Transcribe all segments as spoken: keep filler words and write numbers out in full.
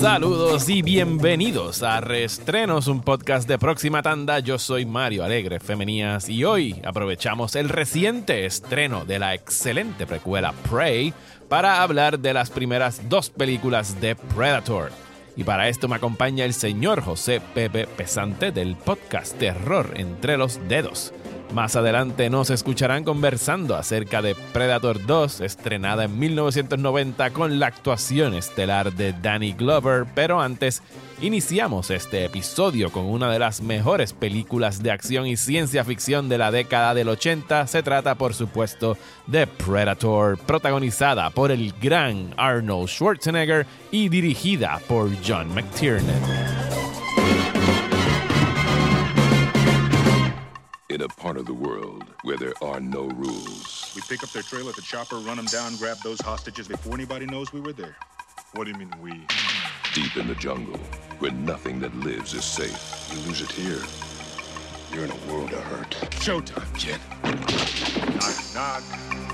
Saludos y bienvenidos a Reestrenos, un podcast de Próxima Tanda. Yo soy Mario Alegre Femenías y hoy aprovechamos el reciente estreno de la excelente precuela Prey para hablar de las primeras dos películas de Predator. Y para esto me acompaña el señor José Pepe Pesante del podcast Terror Entre los Dedos. Más adelante nos escucharán conversando acerca de Predator dos, estrenada en mil novecientos noventa con la actuación estelar de Danny Glover, pero antes iniciamos este episodio con una de las mejores películas de acción y ciencia ficción de la década del ochenta. Se trata, por supuesto, de Predator, protagonizada por el gran Arnold Schwarzenegger y dirigida por John McTiernan. In a part of the world where there are no rules. We pick up their trailer at the chopper, run them down, grab those hostages before anybody knows we were there. What do you mean we? Deep in the jungle, where nothing that lives is safe. You lose it here, you're in a world of hurt. Showtime, kid. Knock, knock.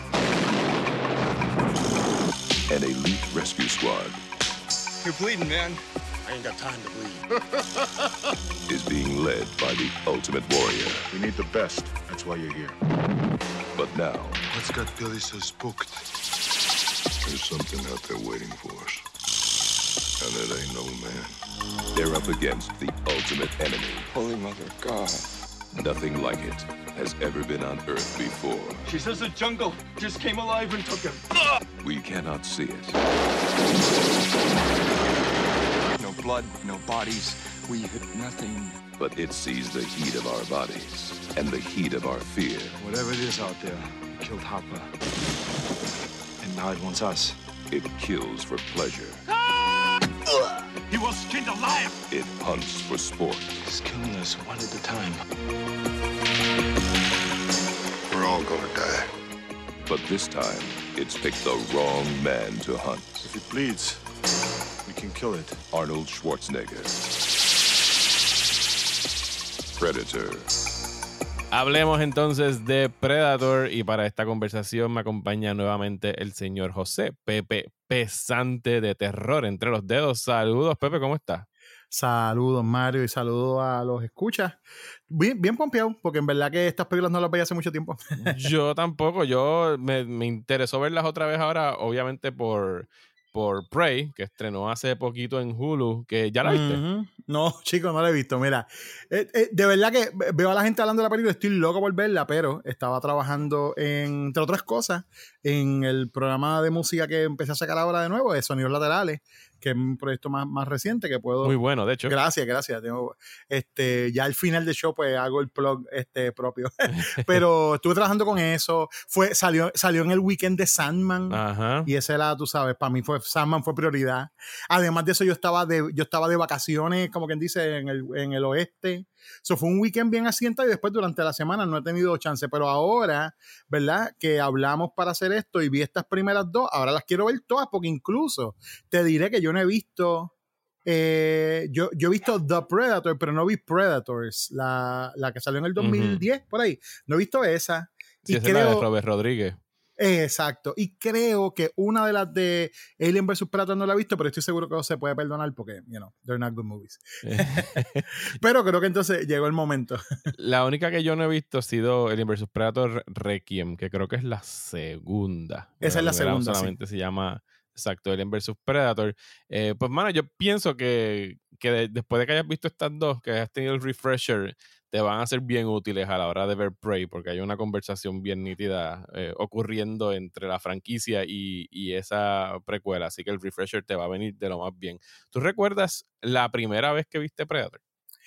An elite rescue squad. You're bleeding, man. I ain't got time to bleed. Is being led by the ultimate warrior. We need the best. That's why you're here. But now, What's got Billy so spooked? there's something out there waiting for us. And it ain't no man. They're up against the ultimate enemy. Holy Mother of God. Nothing like it has ever been on Earth before. She says the jungle just came alive and took him. We cannot see it. No blood, no bodies. We hit nothing. But it sees the heat of our bodies and the heat of our fear. Whatever it is out there, it killed Hopper. And now it wants us. It kills for pleasure. He was skinned alive! It hunts for sport. It's killing us one at a time. We're all gonna die. But this time, it's picked the wrong man to hunt. If it bleeds, we can kill it. Arnold Schwarzenegger. Predator. Hablemos entonces de Predator y para esta conversación me acompaña nuevamente el señor José Pepe Pesante de Terror Entre los Dedos. Saludos, Pepe, ¿cómo estás? Saludos, Mario, y saludos a los escuchas. Bien, bien pompeado, porque en verdad que estas películas no las veía hace mucho tiempo. Yo tampoco, yo me, me interesó verlas otra vez ahora, obviamente por, por Prey, que estrenó hace poquito en Hulu, que ya la viste. Uh-huh. No, chicos, no la he visto. Mira, eh, eh, de verdad que veo a la gente hablando de la película, estoy loco por verla, pero estaba trabajando, en, entre otras cosas, en el programa de música que empecé a sacar ahora de nuevo, de Sonidos Laterales, que es un proyecto más, más reciente que puedo... Muy bueno, de hecho. Gracias, gracias. Tengo, este, ya al final del show pues hago el plug este, propio. Pero estuve trabajando con eso. Fue, salió, salió en el weekend de Sandman. Ajá. Y ese era, tú sabes, para mí fue Sandman fue prioridad. Además de eso, yo estaba de, yo estaba de vacaciones, como quien dice, en el, en el oeste. Eso fue un weekend bien asienta y después durante la semana no he tenido chance. Pero ahora, ¿verdad? Que hablamos para hacer esto y vi estas primeras dos, ahora las quiero ver todas porque incluso te diré que yo no he visto... Eh, yo, yo he visto The Predator, pero no vi Predators, la, la que salió en el dos mil diez, uh-huh. Por ahí. No he visto esa. Sí, y esa creo, es la de Robert Rodríguez. Eh, exacto. Y creo que una de las de Alien versus Predator no la he visto, pero estoy seguro que se puede perdonar porque, you know, they're not good movies. Pero creo que entonces llegó el momento. La única que yo no he visto ha sido Alien versus Predator Requiem, que creo que es la segunda. Esa es la segunda, solamente sí. se llama... Exacto, Alien versus Predator. Eh, pues, mano, yo pienso que, que de, después de que hayas visto estas dos, que hayas tenido el refresher, te van a ser bien útiles a la hora de ver Prey, porque hay una conversación bien nítida eh, ocurriendo entre la franquicia y, y esa precuela. Así que el refresher te va a venir de lo más bien. ¿Tú recuerdas la primera vez que viste Predator?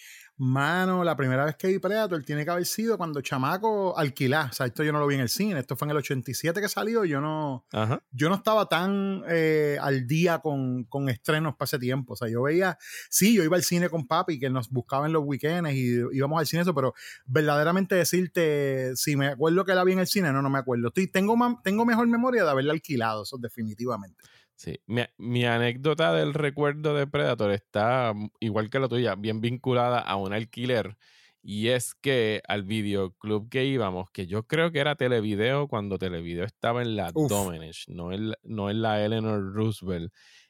Mano, la primera vez que vi Predator tiene que haber sido cuando chamaco alquilá. O sea, esto yo no lo vi en el cine. Esto fue en el ochenta y siete que salió. Yo no, Ajá. yo no estaba tan eh, al día con, con estrenos para ese tiempo. O sea, yo veía... Sí, yo iba al cine con papi, que nos buscaba en los weekends y íbamos al cine, eso, pero verdaderamente decirte si me acuerdo que la vi en el cine, no, no me acuerdo. Estoy, tengo, tengo mejor memoria de haberla alquilado, eso definitivamente. Sí, mi, mi anécdota del recuerdo de Predator está, igual que la tuya, bien vinculada a un alquiler. Y es que al videoclub que íbamos, que yo creo que era Televideo cuando Televideo estaba en la Uf. Domenech, no en, no en la Eleanor Roosevelt,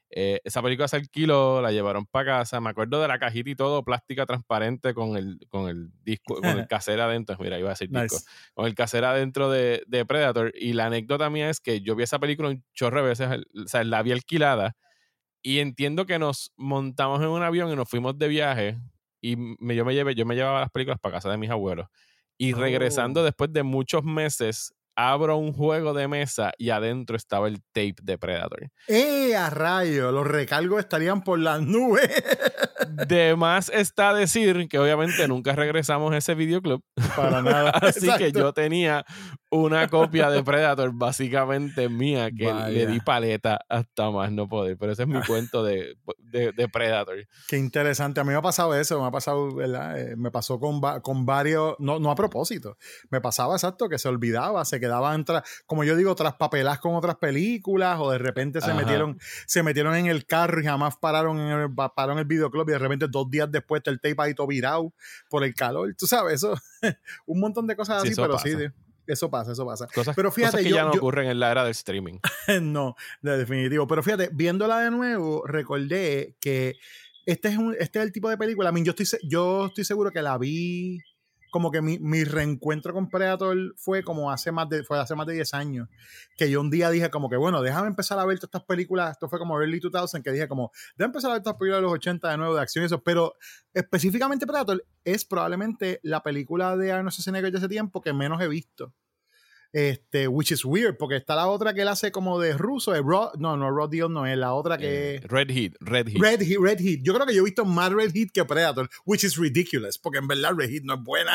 Eh, esa película se alquiló, la llevaron para casa. Me acuerdo de la cajita y todo, plástica transparente con el, con el disco, con el cassette adentro. Mira, iba a decir disco. Nice. Con el cassette adentro de, de Predator. Y la anécdota mía es que yo vi esa película un chorro de veces, o sea, la vi alquilada. Y entiendo que nos montamos en un avión y nos fuimos de viaje. Y me, yo, me llevé, yo me llevaba las películas para casa de mis abuelos. Y regresando Oh. después de muchos meses, abro un juego de mesa y adentro estaba el tape de Predator. ¡Eh, a rayo! Los recargos estarían por las nubes. De más está decir que obviamente nunca regresamos a ese videoclub. Para nada. Así Exacto. que yo tenía una copia de Predator básicamente mía que Vaya. le di paleta hasta más no poder. Pero ese es mi cuento de, de, de Predator. Qué interesante. A mí me ha pasado eso. Me ha pasado, ¿verdad? Eh, me pasó con, va- con varios, no, no a propósito. Me pasaba exacto que se olvidaba, se quedaban, tra- como yo digo, tras papelas con otras películas o de repente se Ajá. metieron se metieron en el carro y jamás pararon en el, pararon el videoclub y de repente dos días después está el tape ahí todo virado por el calor. Tú sabes, eso, un montón de cosas Sí, así, eso pero pasa. sí, de- eso pasa, eso pasa. Cosas, Pero fíjate, cosas que yo- ya no yo- ocurren en la era del streaming. No, de definitivo. Pero fíjate, viéndola de nuevo, recordé que este es, un, este es el tipo de película. I mean, yo, estoy, se- yo estoy seguro que la vi. Como que mi, mi reencuentro con Predator fue como hace más de fue hace más de diez años. Que yo un día dije como que, bueno, déjame empezar a ver todas estas películas. Esto fue como early two thousand, que dije como, déjame empezar a ver estas películas de los ochenta de nuevo, de acción y eso. Pero específicamente Predator es probablemente la película de Arnold Schwarzenegger de ese tiempo que menos he visto. Este, which is weird, porque está la otra que él hace como de ruso, de Raw, no, no, Raw Deal no es, la otra que... Eh, Red Heat, Red Heat. Red Heat, Red Heat. Yo creo que yo he visto más Red Heat que Predator, which is ridiculous, porque en verdad Red Heat no es buena.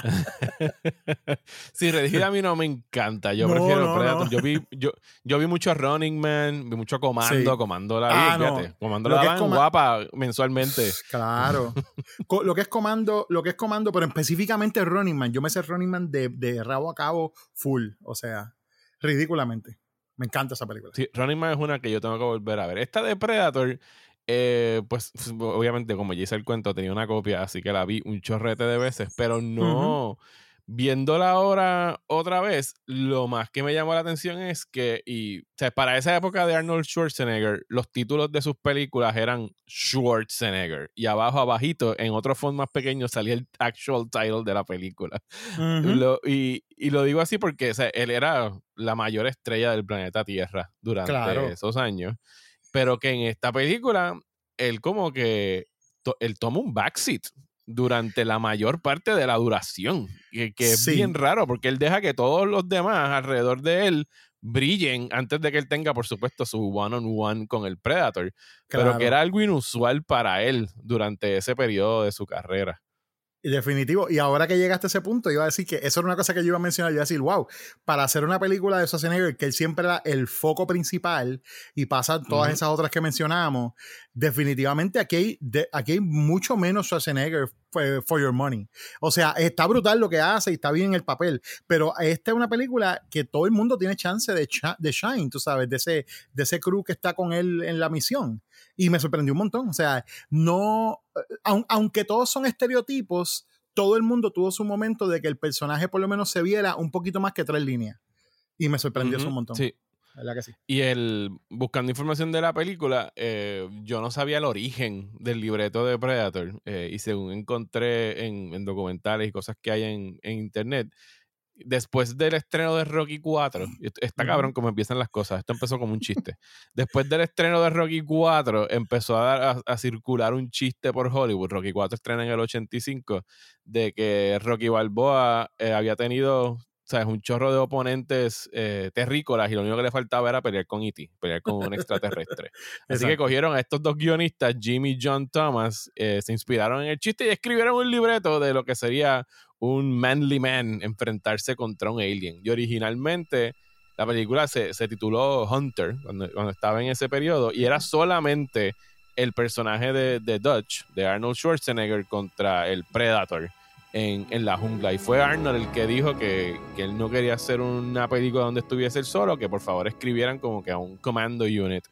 Sí, Red Heat a mí no me encanta. Yo No, prefiero no, Predator. no. Yo vi, yo, yo vi mucho Running Man, vi mucho Comando, Sí. Comando la Ah, vi, no. fíjate. Comando Lo la que es daban coma- guapa mensualmente. Claro. Co- lo que es comando, lo que es comando, pero específicamente Running Man. Yo me sé Running Man de, de rabo a cabo full. O sea, ridículamente. Me encanta esa película. Sí, Running Man es una que yo tengo que volver a ver. Esta de Predator, eh, pues obviamente como ya hice el cuento, tenía una copia, así que la vi un chorrete de veces, pero no... Viéndola ahora otra vez, lo más que me llamó la atención es que, y, o sea, para esa época de Arnold Schwarzenegger, los títulos de sus películas eran Schwarzenegger. Y abajo, abajito, en otro font más pequeño, salía el actual title de la película. Ujú. Lo- y, y lo digo así porque o sea, él era la mayor estrella del planeta Tierra durante Claro. esos años. Pero que en esta película, él como que, to- él toma un backseat durante la mayor parte de la duración, que, que es Sí. bien raro porque él deja que todos los demás alrededor de él brillen antes de que él tenga, por supuesto, su one-on-one con el Predator, pero Claro. que era algo inusual para él durante ese periodo de su carrera. Y definitivo. Y ahora que llegaste a ese punto, iba a decir que eso era una cosa que yo iba a mencionar. Yo iba a decir, wow, para hacer una película de Schwarzenegger, que él siempre era el foco principal y pasa todas Ujú. esas otras que mencionamos, definitivamente aquí hay, de, aquí hay mucho menos Schwarzenegger for, for your money. O sea, está brutal lo que hace y está bien en el papel, pero esta es una película que todo el mundo tiene chance de, cha- de shine, tú sabes, de ese, de ese crew que está con él en la misión. Y me sorprendió un montón. O sea, no, aun- aunque todos son estereotipos, todo el mundo tuvo su momento de que el personaje por lo menos se viera un poquito más que tres líneas. Y me sorprendió eso un Ujú, montón. Sí. ¿Verdad que sí? Y el buscando información de la película, eh, yo no sabía el origen del libreto de Predator. eh, y según encontré en, en documentales y cosas que hay en, en internet, después del estreno de Rocky cuatro, y esto- está Ujú. cabrón como empiezan las cosas, esto empezó como un chiste. Después del estreno de Rocky cuatro, empezó a, dar, a, a circular un chiste por Hollywood. Rocky cuatro estrena en el ochenta y cinco, de que Rocky Balboa eh, había tenido, ¿sabes?, un chorro de oponentes eh, terrícolas y lo único que le faltaba era pelear con E T, pelear con un extraterrestre. Así que Exacto. cogieron a estos dos guionistas, Jimmy y John Thomas, eh, se inspiraron en el chiste y escribieron un libreto de lo que sería un manly man enfrentarse contra un alien. Y originalmente la película se, se tituló Hunter cuando, cuando estaba en ese periodo y era solamente el personaje de, de Dutch, de Arnold Schwarzenegger, contra el Predator en, en la jungla. Y fue Arnold el que dijo que, que él no quería hacer una película donde estuviese él solo, que por favor escribieran como que a un commando unit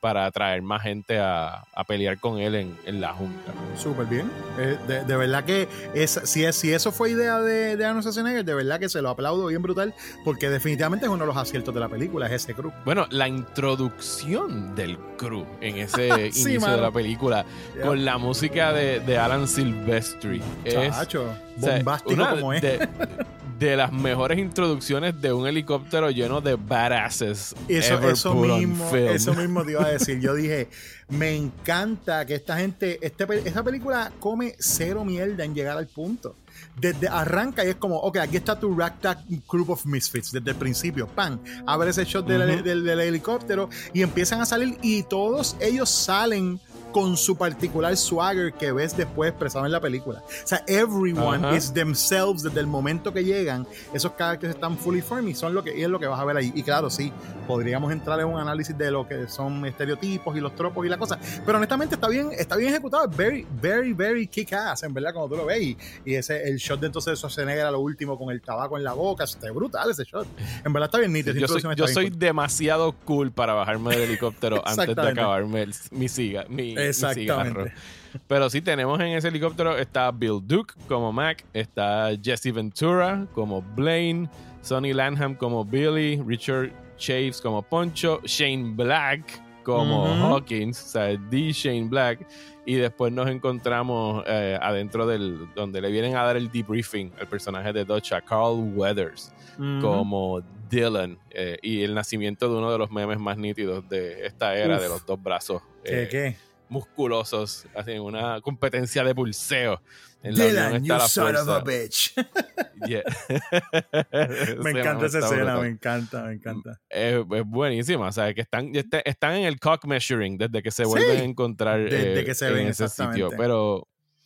para atraer más gente a, a pelear con él en, en la junta. Súper bien. Eh, de, de verdad que es, si, es, si eso fue idea de, de Arnold Schwarzenegger, de verdad que se lo aplaudo bien brutal, porque definitivamente es uno de los aciertos de la película, es ese crew. Bueno, la introducción del crew en ese sí, inicio mano. de la película, yeah. con la música de, de Alan Silvestri. Chacho, es, bombástico o sea, como es. De, de las mejores introducciones de un helicóptero lleno de badasses. Eso, ever eso put mismo, on film. eso mismo te iba a decir. Yo dije, me encanta que esta gente, este, esta película come cero mierda en llegar al punto. Desde arranca y es como, ok, aquí está tu ragtag group of misfits desde el principio, pan, abre ese shot del, uh-huh. del, del helicóptero y empiezan a salir y todos ellos salen con su particular swagger que ves después expresado en la película. O sea, everyone uh-huh. is themselves desde el momento que llegan. Esos characters están fully formed y son lo que, y es lo que vas a ver ahí. Y claro, sí, podríamos entrar en un análisis de lo que son estereotipos y los tropos y la cosa. Pero honestamente está bien, está bien ejecutado. Very, very, very kick-ass, en verdad, cuando tú lo ves. Y, y ese, el shot de entonces de Schwarzenegger a lo último con el tabaco en la boca. Está brutal ese shot. En verdad está bien nítido. Yo soy, yo soy cool. demasiado cool para bajarme del helicóptero antes de acabarme el, mi siga, mi Exactamente. Pero sí, tenemos en ese helicóptero está Bill Duke como Mac, está Jesse Ventura como Blaine, Sonny Lanham como Billy, Richard Chaves como Poncho, Shane Black como uh-huh. Hawkins, o sea, D. Shane Black, y después nos encontramos eh, adentro del donde le vienen a dar el debriefing al personaje de Dutch, a Carl Weathers uh-huh. como Dylan, eh, y el nacimiento de uno de los memes más nítidos de esta era. Uf. De los dos brazos. ¿Qué, eh, qué? musculosos, hacen una competencia de pulseo. En la Dylan, you son of a bitch. Yeah. Me encanta esa escena, brutal. me encanta, me encanta. Es, es buenísima, o sea, que están, están en el cock measuring desde que se vuelven sí, a encontrar desde eh, que se en ven, ese sitio, pero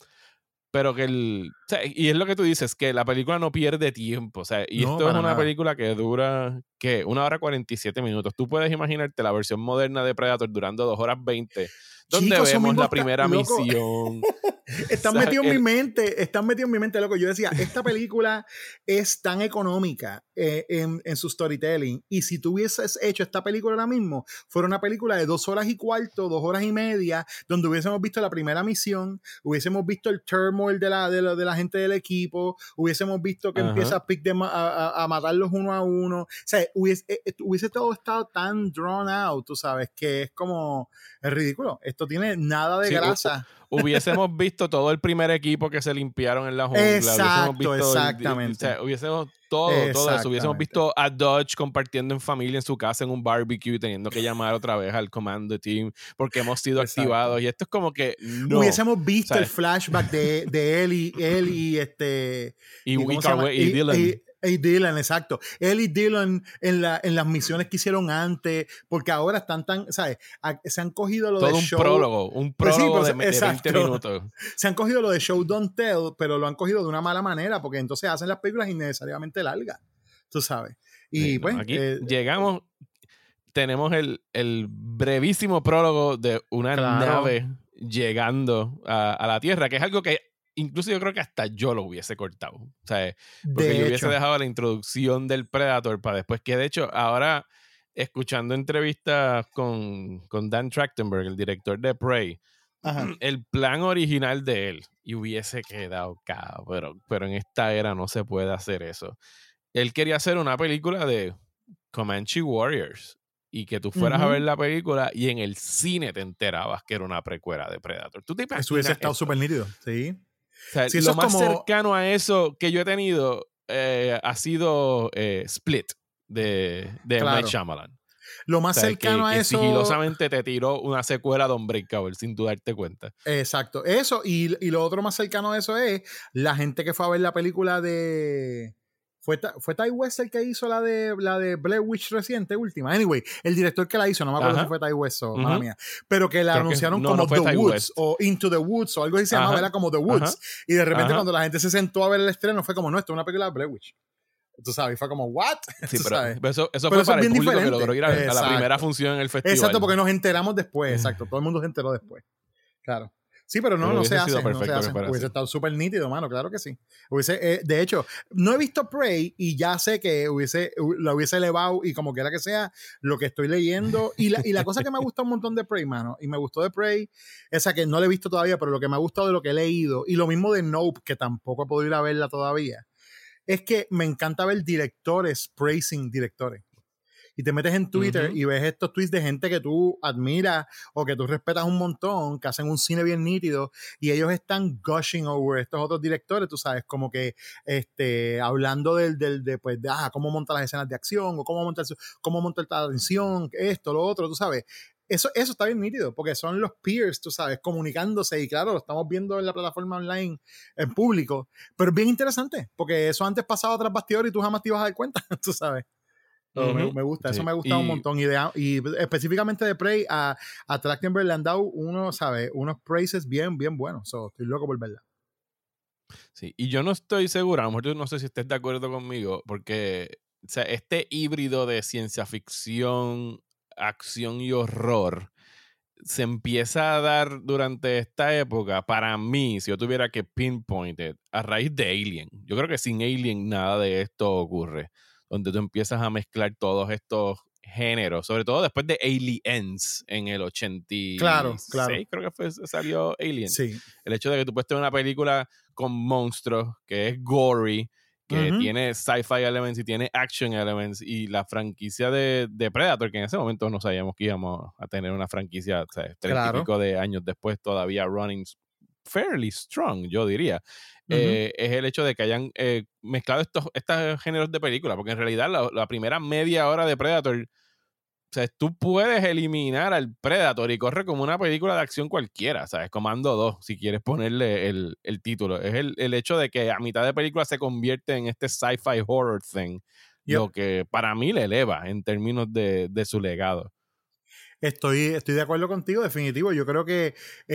pero que el, o sea, y es lo que tú dices, que la película no pierde tiempo, o sea, y no, esto es una nada. película que dura, ¿qué? Una hora cuarenta y siete minutos. Tú puedes imaginarte la versión moderna de Predator durando dos horas veinte, donde Chicos, vemos la primera está, misión. Están o sea, metidos en el... mi mente, están metidos en mi mente, loco. Yo decía, esta película es tan económica eh, en, en su storytelling, y si tú hubieses hecho esta película ahora mismo, fuera una película de dos horas y cuarto, dos horas y media, donde hubiésemos visto la primera misión, hubiésemos visto el turmoil de la, de la, de la gente del equipo, hubiésemos visto que uh-huh. empieza a, pick them, a, a, a matarlos uno a uno. O sea, hubiese, hubiese todo estado tan drawn out, tú sabes, que es como, es ridículo. Esto tiene nada de sí, grasa. Hubiésemos visto todo el primer equipo que se limpiaron en la jungla. Exacto, hubiésemos visto exactamente. El, o sea, hubiésemos todo, todo eso. Hubiésemos visto a Dodge compartiendo en familia en su casa en un barbecue, teniendo que llamar otra vez al Commando Team porque hemos sido Exacto. activados. Y esto es como que no. Hubiésemos visto o sea, el flashback de, de él y él y este y, y, y, y, y Dylan. Y, y Dylan, exacto. Él y Dylan en, la, en las misiones que hicieron antes, porque ahora están tan, ¿sabes? A, se han cogido lo Todo de un show. prólogo, un prólogo pues sí, de, de veinte minutos. Se han cogido lo de show don't tell, pero lo han cogido de una mala manera, porque entonces hacen las películas innecesariamente largas, tú sabes. Y sí, pues... No, aquí eh, llegamos, tenemos el, el brevísimo prólogo de una claro. nave llegando a, a la Tierra, que es algo que incluso yo creo que hasta yo lo hubiese cortado. O sea, porque de yo hubiese hecho. dejado la introducción del Predator para después, que de hecho ahora, escuchando entrevistas con, con Dan Trachtenberg, el director de Prey, Ajá. el plan original de él, y hubiese quedado cao, pero, pero en esta era no se puede hacer eso. Él quería hacer una película de Comanche Warriors, y que tú fueras uh-huh. a ver la película y en el cine te enterabas que era una precuela de Predator. ¿Tú te imaginas? Eso hubiese estado súper nítido, sí. O sea, sí, lo eso más como... cercano a eso que yo he tenido eh, ha sido eh, Split de, de claro. M. Night Shyamalan. Lo más o sea, cercano que, a que eso... sigilosamente te tiró una secuela de Unbreakable sin tú darte cuenta. Exacto. Eso, y, y lo otro más cercano a eso es la gente que fue a ver la película de... Fue, fue Ty West el que hizo la de la de Blair Witch reciente, última. Anyway, el director que la hizo, no me acuerdo Ajá. si fue Ty West o uh-huh. mala mía, pero que la Creo anunciaron que no, como no The Ty Woods West. O Into the Woods o algo así se llamaba, era como The Woods. Ajá. Y de repente Ajá. cuando la gente se sentó a ver el estreno fue como, no, esto es una película de Blair Witch. Tú sabes, y fue como, ¿what? Sí, pero, sabes? pero eso, eso pero fue eso para es el público diferente. que logró ir a, a la primera función en el festival. Exacto, porque nos enteramos después, exacto. Todo el mundo se enteró después. Claro. Sí, pero no, Pero no hubiese se hace. sido No se perfecto que hace. fuera Hubiese así. estado súper nítido, mano, claro que sí. Hubiese, eh, de hecho, no he visto Prey y ya sé que hubiese, lo hubiese elevado y como quiera que sea, lo que estoy leyendo. Y la, y la cosa que me gusta un montón de Prey, mano, y me gustó de Prey, esa que no la he visto todavía, pero lo que me ha gustado de lo que he leído, y lo mismo de Nope, que tampoco he podido ir a verla todavía, es que me encanta ver directores praising directores. Y te metes en Twitter Uh-huh. y ves estos tweets de gente que tú admiras o que tú respetas un montón, que hacen un cine bien nítido y ellos están gushing over estos otros directores, tú sabes, como que este, hablando del, del, de, pues, de ah, cómo montar las escenas de acción o cómo montar, cómo montar la atención, esto, lo otro, tú sabes. Eso, eso está bien nítido, porque son los peers, tú sabes, comunicándose y claro, lo estamos viendo en la plataforma online en público, pero es bien interesante, porque eso antes pasaba tras bastidor y tú jamás te ibas a dar cuenta, tú sabes. So, Uh-huh. me, me gusta, Sí. eso me ha gustado Y, un montón. Y, de, y específicamente de Prey, a, a Trachtenberg le han dado uno, ¿sabes? Unos praises bien, bien buenos. So, estoy loco por verla. sí, y yo no estoy seguro, a lo mejor yo no sé si estés de acuerdo conmigo, porque o sea, este híbrido de ciencia ficción, acción y horror se empieza a dar durante esta época, para mí, si yo tuviera que pinpoint it, a raíz de Alien. Yo creo que sin Alien nada de esto ocurre, donde tú empiezas a mezclar todos estos géneros, sobre todo después de Aliens en el ochenta y seis, Claro, claro. creo que fue, salió Alien. Sí. El hecho de que tú puedes tener una película con monstruos, que es gory, que Uh-huh. tiene sci-fi elements y tiene action elements, y la franquicia de, de Predator, que en ese momento no sabíamos que íbamos a tener una franquicia, o sea, treinta Claro. y pico de años después todavía running fairly strong, yo diría. Uh-huh. Eh, es el hecho de que hayan eh, mezclado estos, estos géneros de película, porque en realidad la, la primera media hora de Predator, o sea, tú puedes eliminar al Predator y corre como una película de acción cualquiera, ¿sabes? Comando dos, si quieres ponerle el, el título. Es el, el hecho de que a mitad de película se convierte en este sci-fi horror thing, Yep. lo que para mí le eleva en términos de, de su legado. Estoy, estoy de acuerdo contigo, definitivo. Yo creo que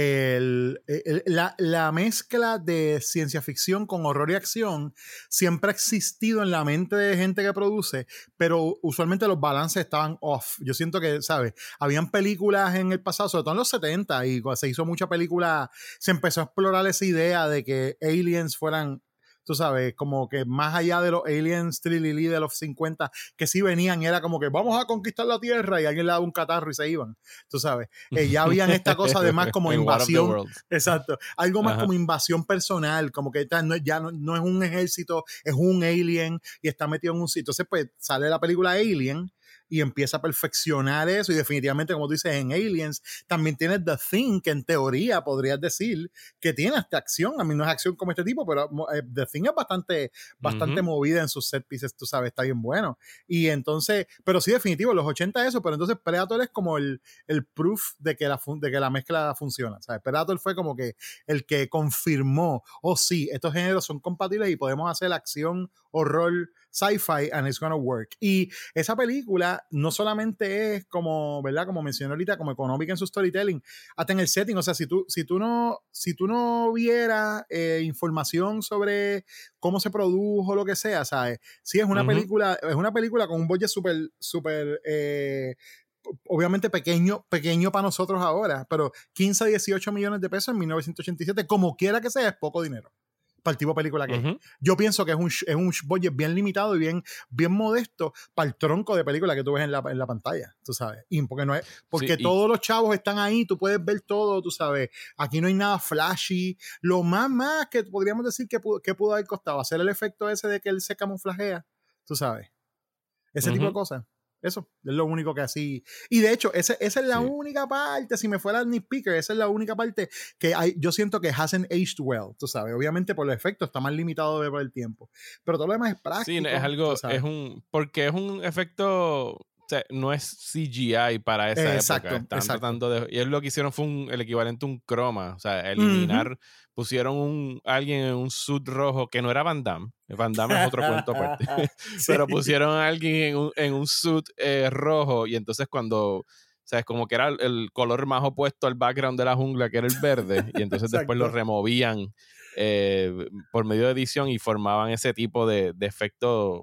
el, el, la, la mezcla de ciencia ficción con horror y acción siempre ha existido en la mente de gente que produce, pero usualmente los balances estaban off. Yo siento que, ¿sabes? Habían películas en el pasado, sobre todo en los setenta, y cuando se hizo mucha película, se empezó a explorar esa idea de que aliens fueran, tú sabes, como que más allá de los aliens trilili de los cincuenta, que sí venían y era como que vamos a conquistar la Tierra y alguien le daba un catarro y se iban, tú sabes. Eh, ya habían esta cosa de más como invasión. Exacto. Algo más Ajá. como invasión personal, como que no, ya no, no es un ejército, es un alien y está metido en un sitio. Entonces, pues sale la película Alien y empieza a perfeccionar eso y definitivamente, como tú dices, en Aliens también tienes The Thing, que en teoría podrías decir que tiene esta acción. A mí no es acción como este tipo, pero eh, The Thing es bastante, bastante uh-huh. movida en sus set pieces, tú sabes, está bien bueno. Y entonces, pero sí, definitivo, los ochenta eso, pero entonces Predator es como el, el proof de que, la, de que la mezcla funciona, ¿sabes? Predator fue como que el que confirmó, oh sí, estos géneros son compatibles y podemos hacer acción, horror, sci-fi and it's gonna work. Y esa película no solamente es como, ¿verdad? Como mencioné ahorita, como económica en su storytelling, hasta en el setting. O sea, si tú, si tú no, si tú no vieras eh, información sobre cómo se produjo, lo que sea, ¿sabes? Sí, es una uh-huh. película, es una película con un budget súper, súper eh, obviamente pequeño, pequeño para nosotros ahora, pero quince a dieciocho millones de pesos en mil novecientos ochenta y siete, como quiera que sea, es poco dinero para el tipo de película que uh-huh. es. Yo pienso que es un, es un budget bien limitado y bien, bien modesto para el tronco de película que tú ves en la, en la pantalla, tú sabes. Y porque no es, porque sí, todos y... los chavos están ahí, tú puedes ver todo, tú sabes. Aquí no hay nada flashy. Lo más, más que podríamos decir que pudo, que pudo haber costado hacer el efecto ese de que él se camuflajea, tú sabes. Ese uh-huh. tipo de cosas. Eso es lo único que así. Y de hecho, ese, esa es la sí. única parte, si me fuera el nitpicker, esa es la única parte que hay, yo siento que hasn't aged well, tú sabes. Obviamente por los efectos está más limitado de por el tiempo. Pero todo lo demás es práctico. Sí, es algo, es un, porque es un efecto, o sea, no es C G I para esa exacto, época. Están exacto. tratando de, y es lo que hicieron fue un, el equivalente a un croma, o sea, eliminar, uh-huh. pusieron un alguien en un suit rojo que no era Van Damme. Van Damme es otro cuento aparte. Sí. Pero pusieron a alguien en un, en un suit eh, rojo y entonces cuando, ¿sabes? Como que era el, el color más opuesto al background de la jungla, que era el verde, y entonces después lo removían eh, por medio de edición y formaban ese tipo de, de efecto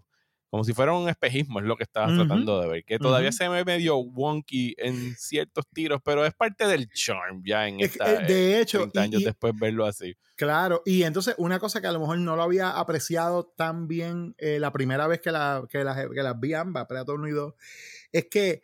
como si fuera un espejismo, es lo que estabas Uh-huh. tratando de ver, que todavía Uh-huh. se ve medio wonky en ciertos tiros, pero es parte del charm ya en Es- esta, eh, de eh, hecho, treinta y- años y- después verlo así. Claro, y entonces una cosa que a lo mejor no lo había apreciado tan bien eh, la primera vez que, la, que, las, que las vi ambas, Predator uno y dos, es que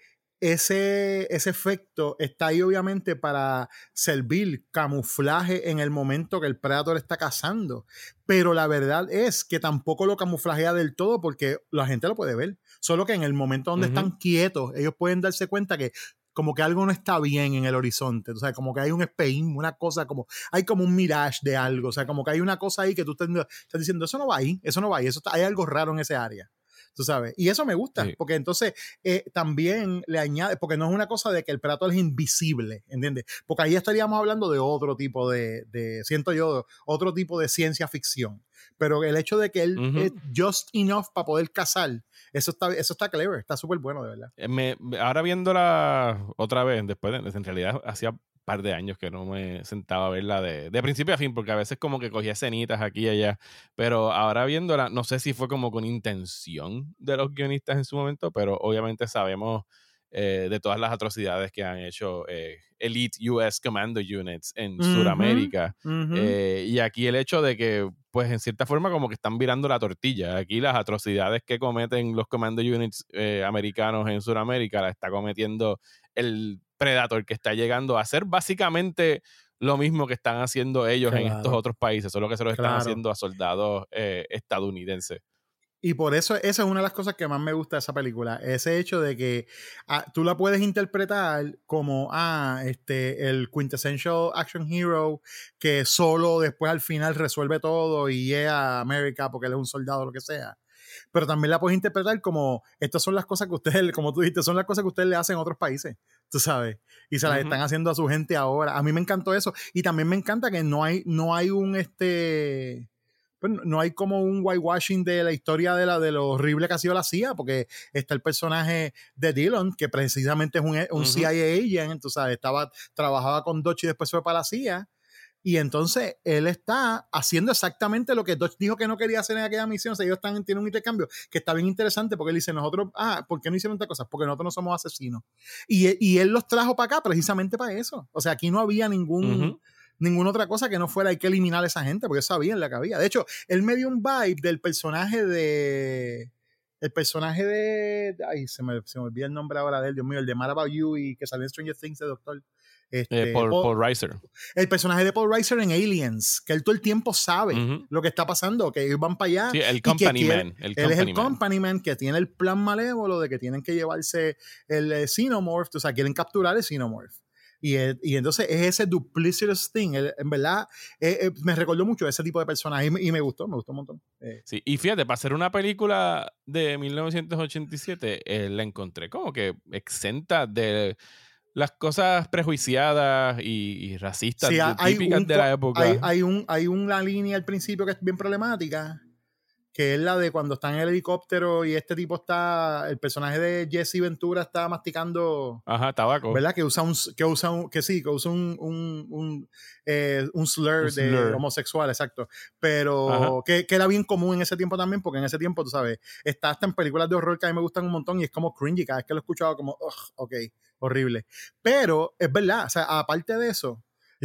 ese, ese efecto está ahí obviamente para servir camuflaje en el momento que el Predator está cazando, pero la verdad es que tampoco lo camuflajea del todo porque la gente lo puede ver, solo que en el momento donde Ujú. están quietos, ellos pueden darse cuenta que como que algo no está bien en el horizonte, o sea, como que hay un espejismo, una cosa como, hay como un mirage de algo, o sea, como que hay una cosa ahí que tú estás, estás diciendo, eso no va ahí, eso no va ahí, eso está, hay algo raro en ese área, tú sabes, y eso me gusta, Sí. porque entonces eh, también le añade, porque no es una cosa de que el Predator es invisible, ¿entiendes? Porque ahí estaríamos hablando de otro tipo de, de siento yo, otro tipo de ciencia ficción, pero el hecho de que él Ujú. es just enough para poder cazar, eso está, eso está clever, está súper bueno, de verdad. Eh, Me, ahora viéndola otra vez, después de, en realidad hacía un par de años que no me sentaba a verla de, de principio a fin, porque a veces como que cogía escenitas aquí y allá, pero ahora viéndola, no sé si fue como con intención de los guionistas en su momento, pero obviamente sabemos eh, de todas las atrocidades que han hecho eh, Elite U S Commando Units en Ujú, Sudamérica. ujú. Eh, y aquí el hecho de que, pues en cierta forma como que están virando la tortilla. Aquí las atrocidades que cometen los Commando Units eh, americanos en Sudamérica la está cometiendo el Predator, que está llegando a hacer básicamente lo mismo que están haciendo ellos en Claro. estos otros países, solo que se lo están Claro. haciendo a soldados eh, estadounidenses. Y por eso, esa es una de las cosas que más me gusta de esa película. Ese hecho de que ah, tú la puedes interpretar como, ah, este, el quintessential action hero que solo después al final resuelve todo y llega a América porque él es un soldado o lo que sea. Pero también la puedes interpretar como, estas son las cosas que ustedes, como tú dijiste, son las cosas que ustedes le hacen a otros países, tú sabes, y se las Ujú. están haciendo a su gente ahora. A mí me encantó eso. Y también me encanta que no hay, no hay un, este... pues no hay como un whitewashing de la historia de, la, de lo horrible que ha sido la C I A, porque está el personaje de Dillon, que precisamente es un, un Ujú. C I A agent, tú sabes, estaba, trabajaba con Dutch y después fue para la C I A, y entonces él está haciendo exactamente lo que Dutch dijo que no quería hacer en aquella misión. O sea, ellos están, tienen un intercambio que está bien interesante, porque él dice, nosotros, ah, ¿por qué no hicieron estas cosas? Porque nosotros no somos asesinos. Y, y él los trajo para acá precisamente para eso. O sea, aquí no había ningún... Ujú. ninguna otra cosa que no fuera hay que eliminar a esa gente, porque ellos sabían la que había. De hecho, él me dio un vibe del personaje de... El personaje de... Ay, se me, se me olvida el nombre ahora de él, Dios mío, el de Mad About You y que salió en Stranger Things de Doctor. Este, Eh, Paul, Paul- Paul Reiser. el personaje de Paul Reiser en Aliens, que él todo el tiempo sabe Ujú. lo que está pasando, que ellos van para allá. Sí, el y que company quiere- man. El él es el company man. company man que tiene el plan malévolo de que tienen que llevarse el eh, Xenomorph, o sea, quieren capturar el Xenomorph. Y, eh, y entonces es ese duplicitous thing. Él, en verdad, eh, eh, me recordó mucho ese tipo de personaje y, me- y me gustó, me gustó un montón. Eh, Sí, y fíjate, para hacer una película de mil novecientos ochenta y siete, eh, la encontré como que exenta de las cosas prejuiciadas y, y racistas sí, de- hay, típicas un, de la co- época. hay, hay, un, hay una línea al principio que es bien problemática, que es la de cuando está en el helicóptero y este tipo está, el personaje de Jesse Ventura está masticando, Ajá, tabaco. ¿verdad? Que usa un, que usa un, que sí, que usa un, un, un, eh, un slur Un de slur. homosexual, exacto. Pero Ajá. que, que era bien común en ese tiempo también, porque en ese tiempo, tú sabes, está hasta en películas de horror que a mí me gustan un montón y es como cringy, cada vez que lo he escuchado como, ugh, ok, horrible. Pero es verdad, o sea, aparte de eso,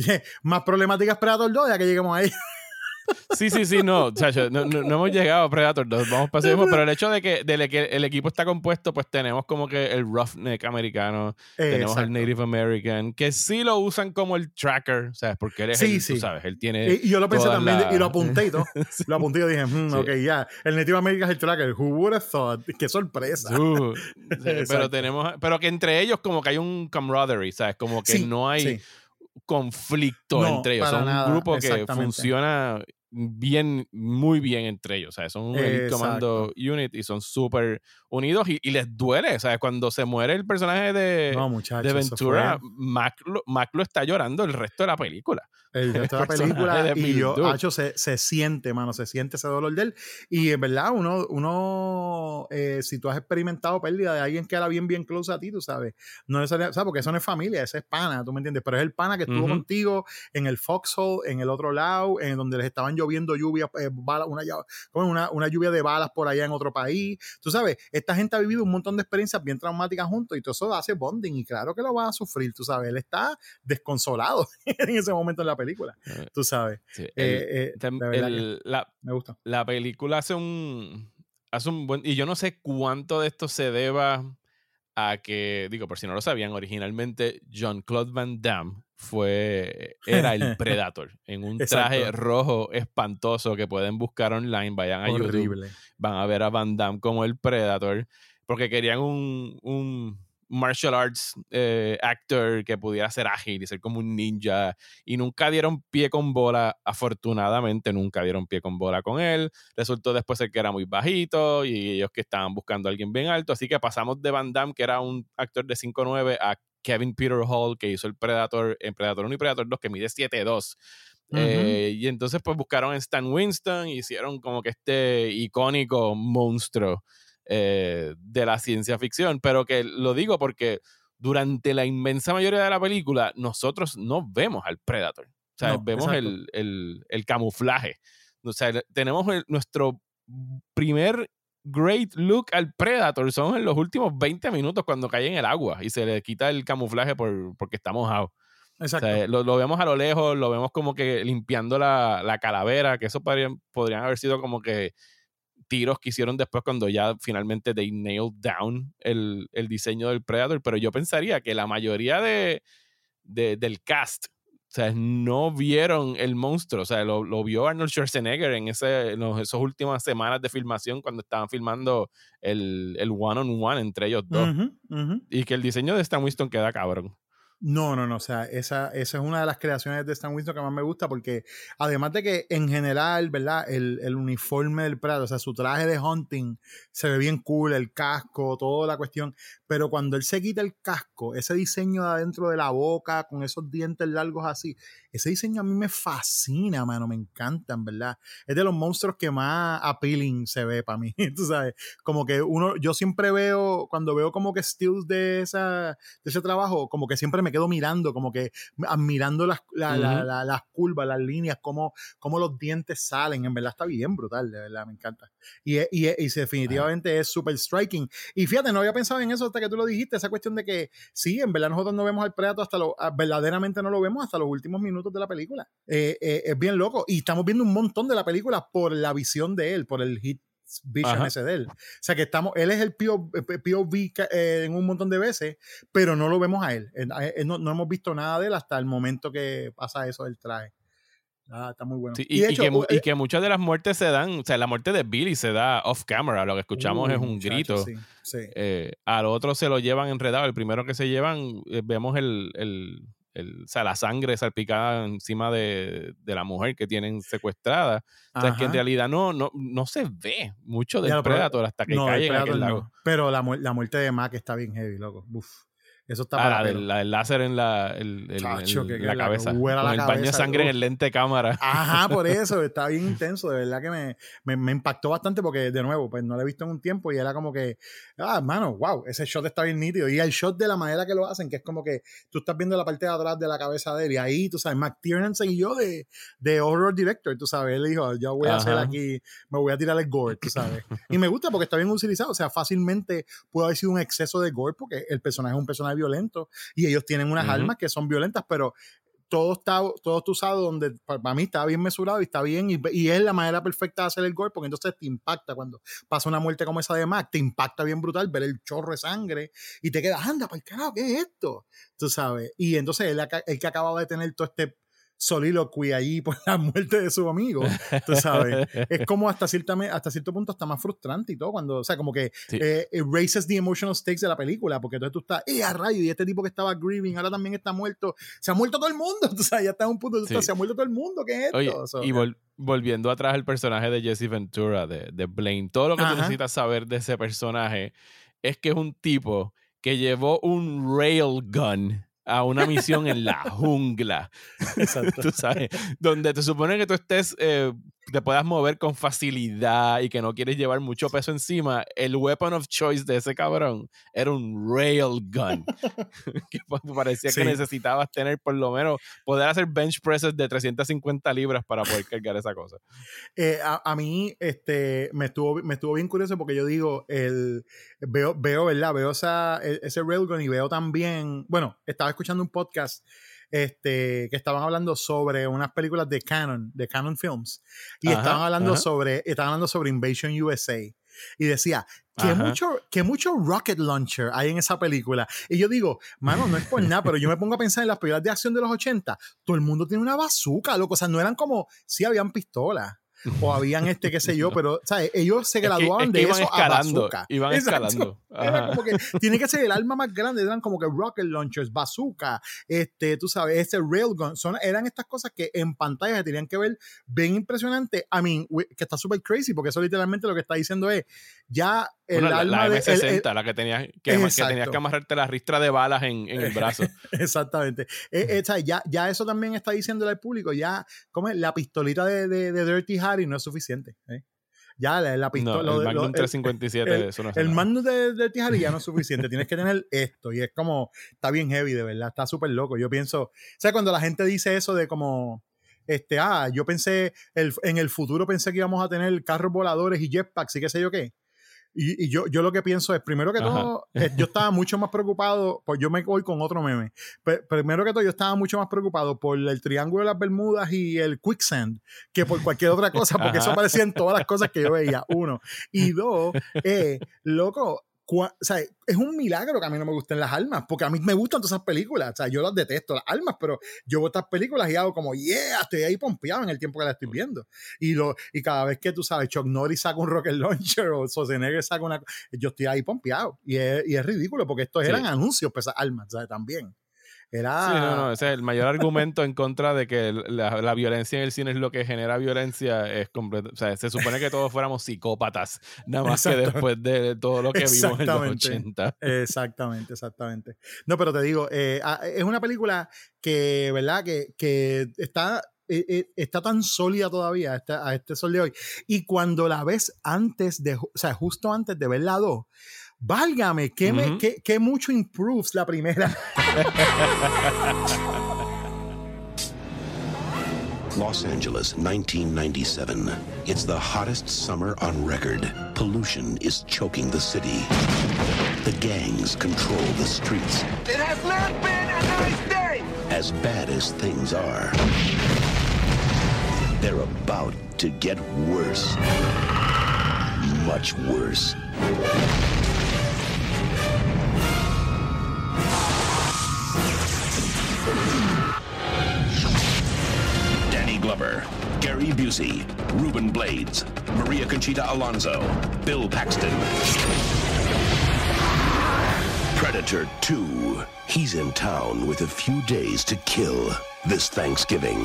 más problemáticas Predator dos, ya que lleguemos ahí. Sí, sí, sí, no, chacho, no, no, no hemos llegado a Predator dos, vamos para ese mismo, pero el hecho de que, de que el equipo está compuesto, pues tenemos como que el roughneck americano, tenemos Exacto. el Native American, que sí lo usan como el tracker, ¿sabes? Porque él es Sí, el, sí. tú sabes, él tiene Y, y yo lo pensé todas también las- y lo apunté y todo. Sí. Lo apunté y yo dije, hmm, Sí. ok, ya. El Native American es el tracker. Who would have thought? Qué sorpresa. Dude. Sí, pero Exacto. tenemos, pero que entre ellos como que hay un camaraderie, ¿sabes? Como que Sí, no hay sí. conflicto No, entre ellos. para Son nada, un grupo que exactamente. funciona bien, muy bien entre ellos. ¿Sabes? Son un Elite Exacto. Commando Unit y son súper unidos y, y les duele. ¿Sabes? Cuando se muere el personaje de, No, muchachos. de eso Ventura, fue Mac lo, Mac lo está llorando el resto de la película. el resto de la personaje película de y Bill yo, Duke. Hacho, se, se siente, mano, se siente ese dolor de él. Y en verdad, uno, uno eh, si tú has experimentado pérdida de alguien que era bien, bien close a ti, tú sabes, no es, ¿sabes? Porque eso no es familia, ese es pana, tú me entiendes, pero es el pana que estuvo Ujú. contigo en el foxhole, en el otro lado, en donde les estaban lloviendo lluvia, eh, bala, una, una, una lluvia de balas por allá en otro país. Tú sabes, esta gente ha vivido un montón de experiencias bien traumáticas juntos y todo eso hace bonding y claro que lo va a sufrir, tú sabes, él está desconsolado en ese momento en la película, tú sabes. Sí, el, eh, eh, el, la, me gusta. La película hace un, hace un buen... Y yo no sé cuánto de esto se deba a que, digo, por si no lo sabían, originalmente Jean-Claude Van Damme fue, era el Predator en un traje Exacto. rojo espantoso que pueden buscar online, vayan a Horrible. YouTube, van a ver a Van Damme como el Predator, porque querían un, un martial arts eh, actor que pudiera ser ágil y ser como un ninja, y nunca dieron pie con bola, afortunadamente nunca dieron pie con bola con él. Resultó después ser que era muy bajito y ellos que estaban buscando a alguien bien alto, así que pasamos de Van Damme, que era un actor de cinco nueve, a Kevin Peter Hall, que hizo el Predator en Predator uno y Predator dos, que mide siete dos. Uh-huh. eh, y entonces pues buscaron a Stan Winston y hicieron como que este icónico monstruo Eh, de la ciencia ficción, pero que lo digo porque durante la inmensa mayoría de la película nosotros no vemos al Predator, o sea, no, vemos el, el, el camuflaje, o sea, tenemos el, nuestro primer great look al Predator son en los últimos veinte minutos cuando cae en el agua y se le quita el camuflaje por, porque está mojado. Exacto. O sea, lo, lo vemos a lo lejos, lo vemos como que limpiando la, la calavera, que eso podrían, podrían haber sido como que tiros que hicieron después cuando ya finalmente they nailed down el, el diseño del Predator, pero yo pensaría que la mayoría de, de, del cast, o sea, no vieron el monstruo, o sea, lo, lo vio Arnold Schwarzenegger en, ese, en los, esas últimas semanas de filmación cuando estaban filmando el, el one-on-one entre ellos dos, uh-huh, uh-huh. y que el diseño de Stan Winston queda cabrón. No, no, no, o sea, esa, esa es una de las creaciones de Stan Winston que más me gusta porque además de que en general, ¿verdad? El, el uniforme del Predator, o sea, su traje de hunting se ve bien cool, el casco, toda la cuestión, pero cuando él se quita el casco, ese diseño de adentro de la boca, con esos dientes largos así, ese diseño a mí me fascina, mano, me encantan, ¿verdad? Es de los monstruos que más appealing se ve para mí, tú sabes, como que uno, yo siempre veo, cuando veo como que stills de, esa, de ese trabajo, como que siempre me me quedo mirando, como que admirando las, la, uh-huh. la, la, las curvas, las líneas, cómo, cómo los dientes salen. En verdad está bien brutal, de verdad, me encanta. Y, y, y definitivamente uh-huh. es súper striking. Y fíjate, no había pensado en eso hasta que tú lo dijiste, esa cuestión de que sí, en verdad nosotros no vemos al Predator hasta lo, verdaderamente no lo vemos hasta los últimos minutos de la película. Eh, eh, es bien loco. Y estamos viendo un montón de la película por la visión de él, por el hit vision Ajá. ese de él. O sea que estamos, él es el P O V eh, en un montón de veces, pero no lo vemos a él. Eh, eh, no, no hemos visto nada de él hasta el momento que pasa eso del traje. Ah, está muy bueno. Sí, y, y, hecho, y, que, eh, y que muchas de las muertes se dan, o sea, la muerte de Billy se da off camera, lo que escuchamos uh, es un muchacho, grito. Sí, sí. Eh, al otro se lo llevan enredado, el primero que se llevan, eh, vemos el, el, el, o sea, la sangre salpicada encima de, de la mujer que tienen secuestrada. O sea, es que en realidad no, no, no se ve mucho del ya, Predator hasta que no, cae en aquel lago. No. Pero la, la muerte de Mac está bien heavy, loco. Uf. Eso está ah, para la, del, la del láser en la, el, el, Chacho, el, que, la que cabeza. La con la el cabeza, baño de sangre uf. En el lente de cámara. Ajá, por eso. Está bien intenso. De verdad que me, me, me impactó bastante porque, de nuevo, pues no lo he visto en un tiempo y era como que, ah, hermano, wow, ese shot está bien nítido. Y el shot de la manera que lo hacen, que es como que tú estás viendo la parte de atrás de la cabeza de él y ahí, tú sabes, McTiernan siguió de, de horror director, tú sabes. Él dijo, yo voy a Ajá. hacer aquí, me voy a tirar el gore, tú sabes. Y me gusta porque está bien utilizado. O sea, fácilmente puede haber sido un exceso de gore porque el personaje es un personaje violento. Y ellos tienen unas uh-huh. armas que son violentas, pero todo está, todo está usado donde para mí está bien mesurado y está bien, y, y es la manera perfecta de hacer el gore, porque entonces te impacta cuando pasa una muerte como esa de Mac, te impacta bien brutal ver el chorro de sangre y te quedas, anda, para el carajo, ¿qué es esto? Tú sabes, y entonces él, el que acababa de tener todo este soliloquy allí por la muerte de su amigo, tú sabes, es como hasta, cierta, hasta cierto punto hasta más frustrante y todo, cuando, o sea, como que sí. eh, erases the emotional stakes de la película, porque entonces tú estás, ¡eh, a rayo! Y este tipo que estaba grieving ahora también está muerto, se ha muerto todo el mundo, tú sabes, ya está en un punto, sí. estás, se ha muerto todo el mundo, ¿qué es esto? Oye, so, y vol- volviendo atrás al personaje de Jesse Ventura, de, de Blaine, todo lo que Ajá. tú necesitas saber de ese personaje es que es un tipo que llevó un railgun a una misión en la jungla. Exacto. Tú sabes, donde te supone que tú estés, eh, te puedas mover con facilidad y que no quieres llevar mucho peso encima. El weapon of choice de ese cabrón era un railgun. Que parecía Sí. que necesitabas tener por lo menos, poder hacer bench presses de trescientas cincuenta libras para poder cargar esa cosa. Eh, a, a mí este, me, estuvo, me estuvo bien curioso porque yo digo, el, veo, veo, ¿verdad? Veo esa, ese railgun y veo también, bueno, estaba escuchando un podcast este, que estaban hablando sobre unas películas de Canon, de Canon Films, y Ajá, estaban hablando ajá. sobre, estaban hablando sobre Invasion U S A. Y decía, que mucho, que mucho rocket launcher hay en esa película. Y yo digo, mano, no es por nada, pero yo me pongo a pensar en las películas de acción de los ochenta. Todo el mundo tiene una bazooka, loco. O sea, no eran como, sí habían pistolas. O habían este, qué sé yo, pero, ¿sabes? Ellos se graduaban es que, es que de iban eso escalando, a bazooka. Iban Exacto. escalando. Era Ajá. como que tiene que ser el arma más grande, eran como que rocket launchers, bazooka, este, tú sabes, este railgun, son, eran estas cosas que en pantalla se tenían que ver bien impresionante. I mean, que está súper crazy, porque eso literalmente lo que está diciendo es, ya el Bueno, la, alma la de... M sesenta, el, el, la que tenías que, que tenías que amarrarte la ristra de balas en, en el brazo. Exactamente. Eh, eh, ¿sabes? Ya, ya eso también está diciéndole al público, ya, ¿cómo es? La pistolita de, de, de Dirty Harry no es suficiente. ¿eh? Ya la, la pistola... No, el lo, Magnum lo, trescientos cincuenta y siete, el, eso no es El nada. Magnum de, de Dirty Harry ya no es suficiente. Tienes que tener esto. Y es como, está bien heavy, de verdad. Está súper loco. Yo pienso, o sea, cuando la gente dice eso de como... Este, ah, yo pensé, el, en el futuro pensé que íbamos a tener carros voladores y jetpacks y qué sé yo qué. Y, y yo, yo lo que pienso es, primero que todo, eh, yo estaba mucho más preocupado, pues yo me voy con otro meme. P- primero que todo, yo estaba mucho más preocupado por el Triángulo de las Bermudas y el Quicksand que por cualquier otra cosa, porque eso aparecía en todas las cosas que yo veía, uno. Y dos, eh, loco, o sea, es un milagro que a mí no me gusten las armas, porque a mí me gustan todas esas películas. O sea, yo las detesto, las armas, pero yo veo estas películas y hago como, yeah, estoy ahí pompeado en el tiempo que la estoy viendo. Y, lo, y cada vez que tú sabes, Chuck Norris saca un rocket launcher o Schwarzenegger saca una... Yo estoy ahí pompeado. Y es, y es ridículo, porque estos sí. eran anuncios para esas armas, ¿sabes? También. Era... Sí, no, no, ese es el mayor argumento en contra de que la, la violencia en el cine es lo que genera violencia. Es completo, o sea, se supone que todos fuéramos psicópatas, nada más que después de todo lo que vimos en los ochenta. Exactamente, exactamente. No, pero te digo, eh, es una película que, ¿verdad? Que, que está... está tan sólida todavía está, a este sol de hoy. Y cuando la ves antes de, o sea, justo antes de ver la dos, válgame, que, uh-huh. me, que, que mucho improves la primera. Los Angeles, nineteen ninety-seven. It's the hottest summer on record. Pollution is choking the city. The gangs control the streets. It has not been a nice day! As bad as things are, they're about to get worse. Much worse. Danny Glover, Gary Busey, Ruben Blades, Maria Conchita Alonso, Bill Paxton. Predator two. He's in town with a few days to kill this Thanksgiving.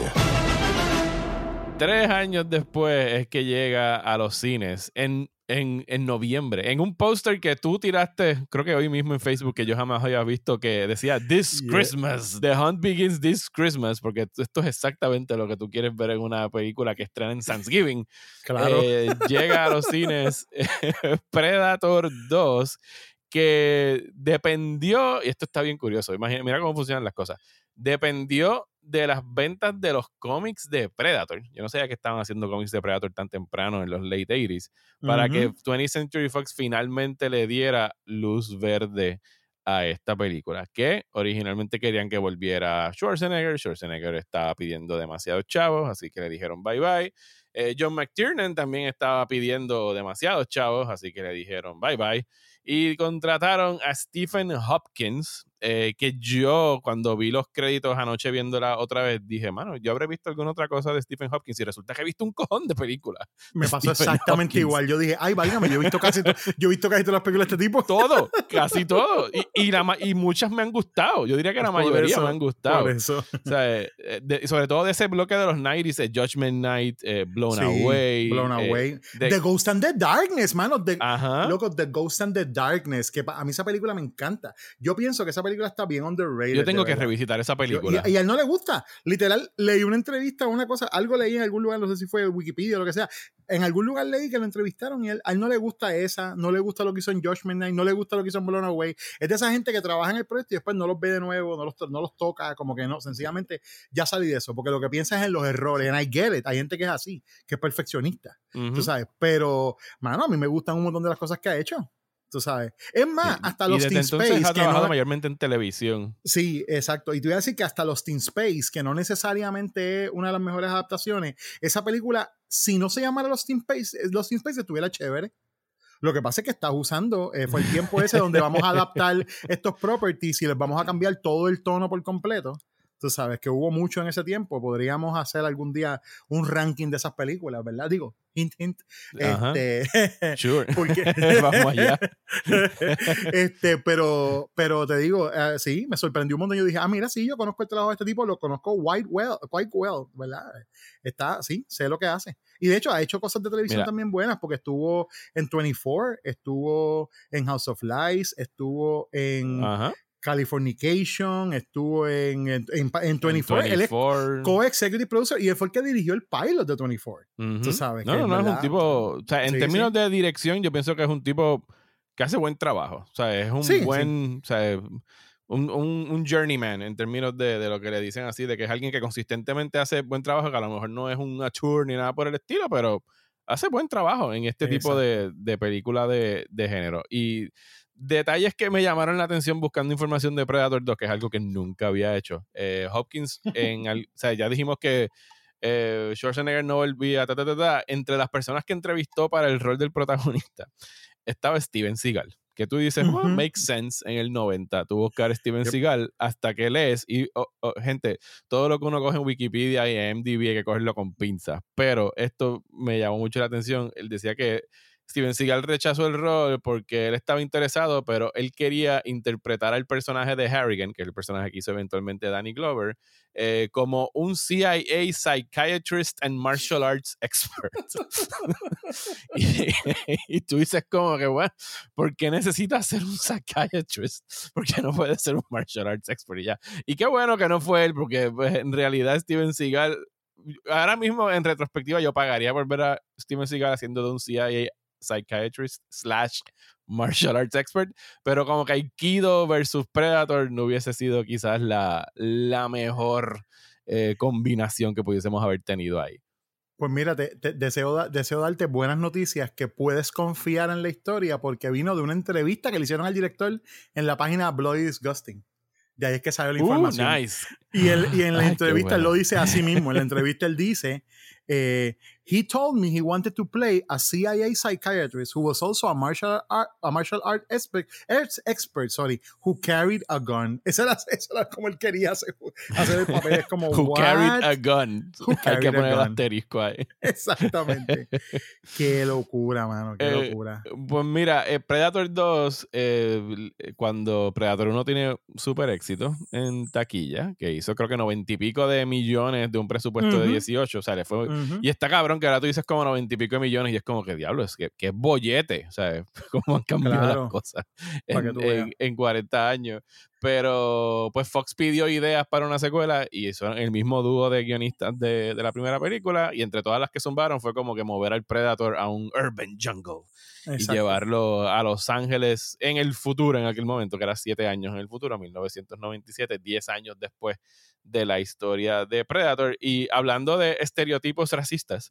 Tres años después es que llega a los cines en, en, en noviembre, en un póster que tú tiraste, creo que hoy mismo en Facebook, que yo jamás había visto, que decía This yeah. Christmas, The Hunt Begins This Christmas, porque esto es exactamente lo que tú quieres ver en una película que estrena en Thanksgiving. Claro. Eh, llega a los cines Predator dos, que dependió, y esto está bien curioso, imagina, mira cómo funcionan las cosas, dependió de las ventas de los cómics de Predator. Yo no sabía que estaban haciendo cómics de Predator tan temprano en los late eighties, para uh-huh. que twentieth Century Fox finalmente le diera luz verde a esta película, que originalmente querían que volviera Schwarzenegger. Schwarzenegger estaba pidiendo demasiados chavos, así que le dijeron bye bye. Eh, John McTiernan también estaba pidiendo demasiados chavos, así que le dijeron bye bye. Y contrataron a Stephen Hopkins, eh, que yo cuando vi los créditos anoche viéndola otra vez dije, mano, yo habré visto alguna otra cosa de Stephen Hopkins y resulta que he visto un cojón de películas. Me pasó Stephen exactamente Hopkins. igual. Yo dije, ay, válgame, yo he visto casi, to- yo he visto casi todas las películas de este tipo. Todo, casi todo. Y, y, la, y muchas me han gustado. Yo diría que la por mayoría eso, me han gustado. Por eso. O sea, de, sobre todo de ese bloque de los nineties, eh, Judgment Night, eh, Blown sí, Away. Blown eh, Away. The, The Ghost and the Darkness, mano. The, Ajá. Loco, The Ghost and the Darkness. Que a mí esa película me encanta. Yo pienso que esa película película está bien underrated. Yo tengo que verdad. revisitar esa película. Yo, y, y a él no le gusta. Literal, leí una entrevista o una cosa, algo leí en algún lugar, no sé si fue Wikipedia o lo que sea. En algún lugar leí que lo entrevistaron y él, a él no le gusta esa, no le gusta lo que hizo en Judgment Night, no le gusta lo que hizo en Blown Away. Es de esa gente que trabaja en el proyecto y después no los ve de nuevo, no los, no los toca, como que no, sencillamente ya salí de eso, porque lo que piensa es en los errores. And I get it. Hay gente que es así, que es perfeccionista, uh-huh. tú sabes. Pero, mano, a mí me gustan un montón de las cosas que ha hecho. Tú sabes. Es más, hasta los Teen Space. Ha trabajado no, mayormente en televisión. Sí, exacto. Y te voy a decir que hasta los Teen Space, que no necesariamente es una de las mejores adaptaciones, esa película, si no se llamara los Teen Space, los Teen Space estuviera chévere. Lo que pasa es que estás usando, eh, fue el tiempo ese donde vamos a adaptar estos properties y les vamos a cambiar todo el tono por completo. Tú sabes que hubo mucho en ese tiempo. Podríamos hacer algún día un ranking de esas películas, ¿verdad? Digo, hint, hint. Este, sure. Porque, vamos allá. este, pero, pero te digo, uh, sí, me sorprendió un montón. Yo dije, ah, mira, sí, yo conozco el trabajo de este tipo, lo conozco quite well, quite well, ¿verdad? Está, sí, sé lo que hace. Y de hecho, ha hecho cosas de televisión mira. también buenas, porque estuvo en veinticuatro, estuvo en House of Lies, estuvo en... Ajá. Californication, estuvo en, en, en, en veinticuatro, él es co-executive producer y él fue el que dirigió el pilot de veinticuatro. Uh-huh. Tú sabes. No, no, no, es un tipo, o sea, en sí, términos sí. de dirección, yo pienso que es un tipo que hace buen trabajo. O sea, es un sí, buen, sí. o sea, un, un, un journeyman en términos de, de lo que le dicen así, de que es alguien que consistentemente hace buen trabajo, que a lo mejor no es un tour ni nada por el estilo, pero hace buen trabajo en este Exacto. tipo de, de película de, de género. Y detalles que me llamaron la atención buscando información de Predator dos, que es algo que nunca había hecho. Eh, Hopkins, en al, o sea, ya dijimos que eh, Schwarzenegger no volvía, ta, ta, ta, ta. Entre las personas que entrevistó para el rol del protagonista estaba Steven Seagal, que tú dices, uh-huh. well, makes sense en el noventa, tú buscar a Steven yep. Seagal hasta que lees, y oh, oh, gente, todo lo que uno coge en Wikipedia y en I M D B hay que cogerlo con pinzas, pero esto me llamó mucho la atención. Él decía que Steven Seagal rechazó el rol porque él estaba interesado, pero él quería interpretar al personaje de Harrigan, que es el personaje que hizo eventualmente Danny Glover, eh, como un C I A psychiatrist and martial arts expert. y, y tú dices como que, bueno, ¿por qué necesitas ser un psychiatrist? ¿Por qué no puede ser un martial arts expert? Y ya. Y qué bueno que no fue él, porque pues, en realidad Steven Seagal, ahora mismo en retrospectiva yo pagaría por ver a Steven Seagal haciendo de un C I A psychiatrist slash martial arts expert, pero como que Aikido versus Predator no hubiese sido quizás la, la mejor eh, combinación que pudiésemos haber tenido ahí. Pues mira, te, te, deseo, deseo darte buenas noticias, que puedes confiar en la historia, porque vino de una entrevista que le hicieron al director en la página Bloody Disgusting. De ahí es que salió la información. Uh, nice. Y, él, y en la Ay, entrevista él lo dice a sí mismo. En la entrevista él dice, eh, he told me he wanted to play a C I A psychiatrist who was also a martial art, a martial art expert, expert, sorry, who carried a gun. Eso era, eso era como él quería hacer, hacer el papel. Es como, who what? carried a gun. Who Hay que poner el asterisco ahí. Exactamente. Qué locura, mano. Qué eh, locura. Pues mira, eh, Predator dos, eh, cuando Predator uno tiene súper éxito en taquilla, que hizo creo que noventa y pico de millones de un presupuesto uh-huh. de dieciocho, o sea, le fue... Uh-huh. Y está cabrón que ahora tú dices como noventa y pico de millones y es como que diablo, es que, que es bollete, o sea, cómo han cambiado claro. las cosas en, en, en cuarenta años. Pero pues Fox pidió ideas para una secuela y son el mismo dúo de guionistas de, de la primera película, y entre todas las que zumbaron fue como que mover al Predator a un urban jungle. Exacto. Y llevarlo a Los Ángeles en el futuro, en aquel momento, que era siete años en el futuro, mil novecientos noventa y siete, diez años después de la historia de Predator. Y hablando de estereotipos racistas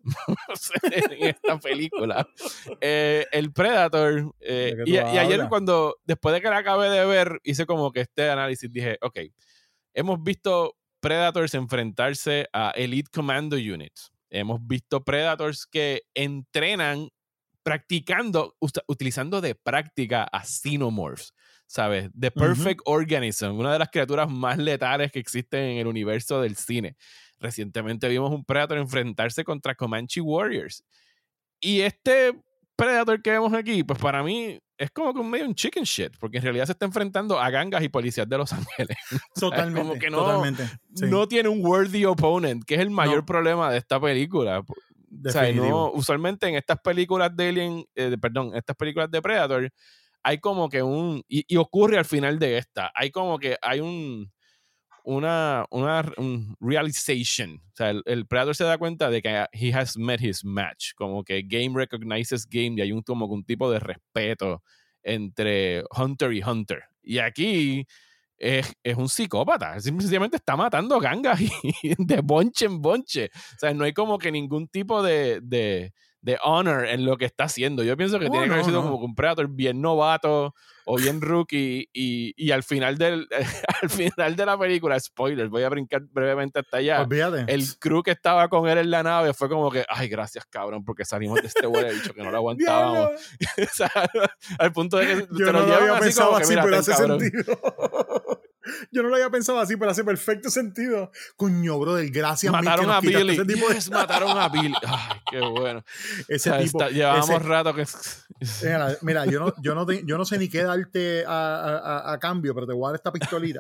en esta película, eh, el Predator, eh, y, y ayer cuando, después de que la acabé de ver, hice como que este análisis, dije, ok, hemos visto Predators enfrentarse a Elite Commando Units, hemos visto Predators que entrenan practicando, utilizando de práctica a Xenomorphs, ¿sabes? The Perfect uh-huh. Organism, una de las criaturas más letales que existen en el universo del cine. Recientemente vimos un Predator enfrentarse contra Comanche Warriors. Y este Predator que vemos aquí, pues para mí es como que un medio un chicken shit, porque en realidad se está enfrentando a gangas y policías de Los Ángeles. Totalmente. Como que no, totalmente, sí. no tiene un worthy opponent, que es el mayor no. problema de esta película. O sea, no, usualmente en estas películas de Alien, eh, perdón, en estas películas de Predator, hay como que un, y, y ocurre al final de esta, hay como que hay un, una, una un realization, o sea, el, el Predator se da cuenta de que he has met his match, como que game recognizes game, y hay un, como un tipo de respeto entre Hunter y Hunter, y aquí es, es un psicópata, simplemente está matando gangas y, de bonche en bonche, o sea, no hay como que ningún tipo de, de de honor en lo que está haciendo. Yo pienso que oh, tiene que no, haber sido no. como un Predator bien novato o bien rookie y, y al final del al final de la película, spoilers, voy a brincar brevemente hasta allá. Olvídate. El crew que estaba con él en la nave fue como que, ay, gracias, cabrón, porque salimos de este huele bicho que no lo aguantábamos. O sea, al punto de que yo te no lo lo llevan había así pensado como que, así, mira, pero ten, hace cabrón. sentido. Yo no lo había pensado así, pero hace perfecto sentido. Coño, brother, gracias Mataron mil, a que nos Billy. quitaste ese tipo de... Yes, mataron a Billy. Ay, qué bueno. Ese O sea, tipo, está, llevábamos ese, rato que... mira, mira, yo no, yo, no te, yo no sé ni qué darte a, a, a, a cambio, pero te voy a dar esta pistolita.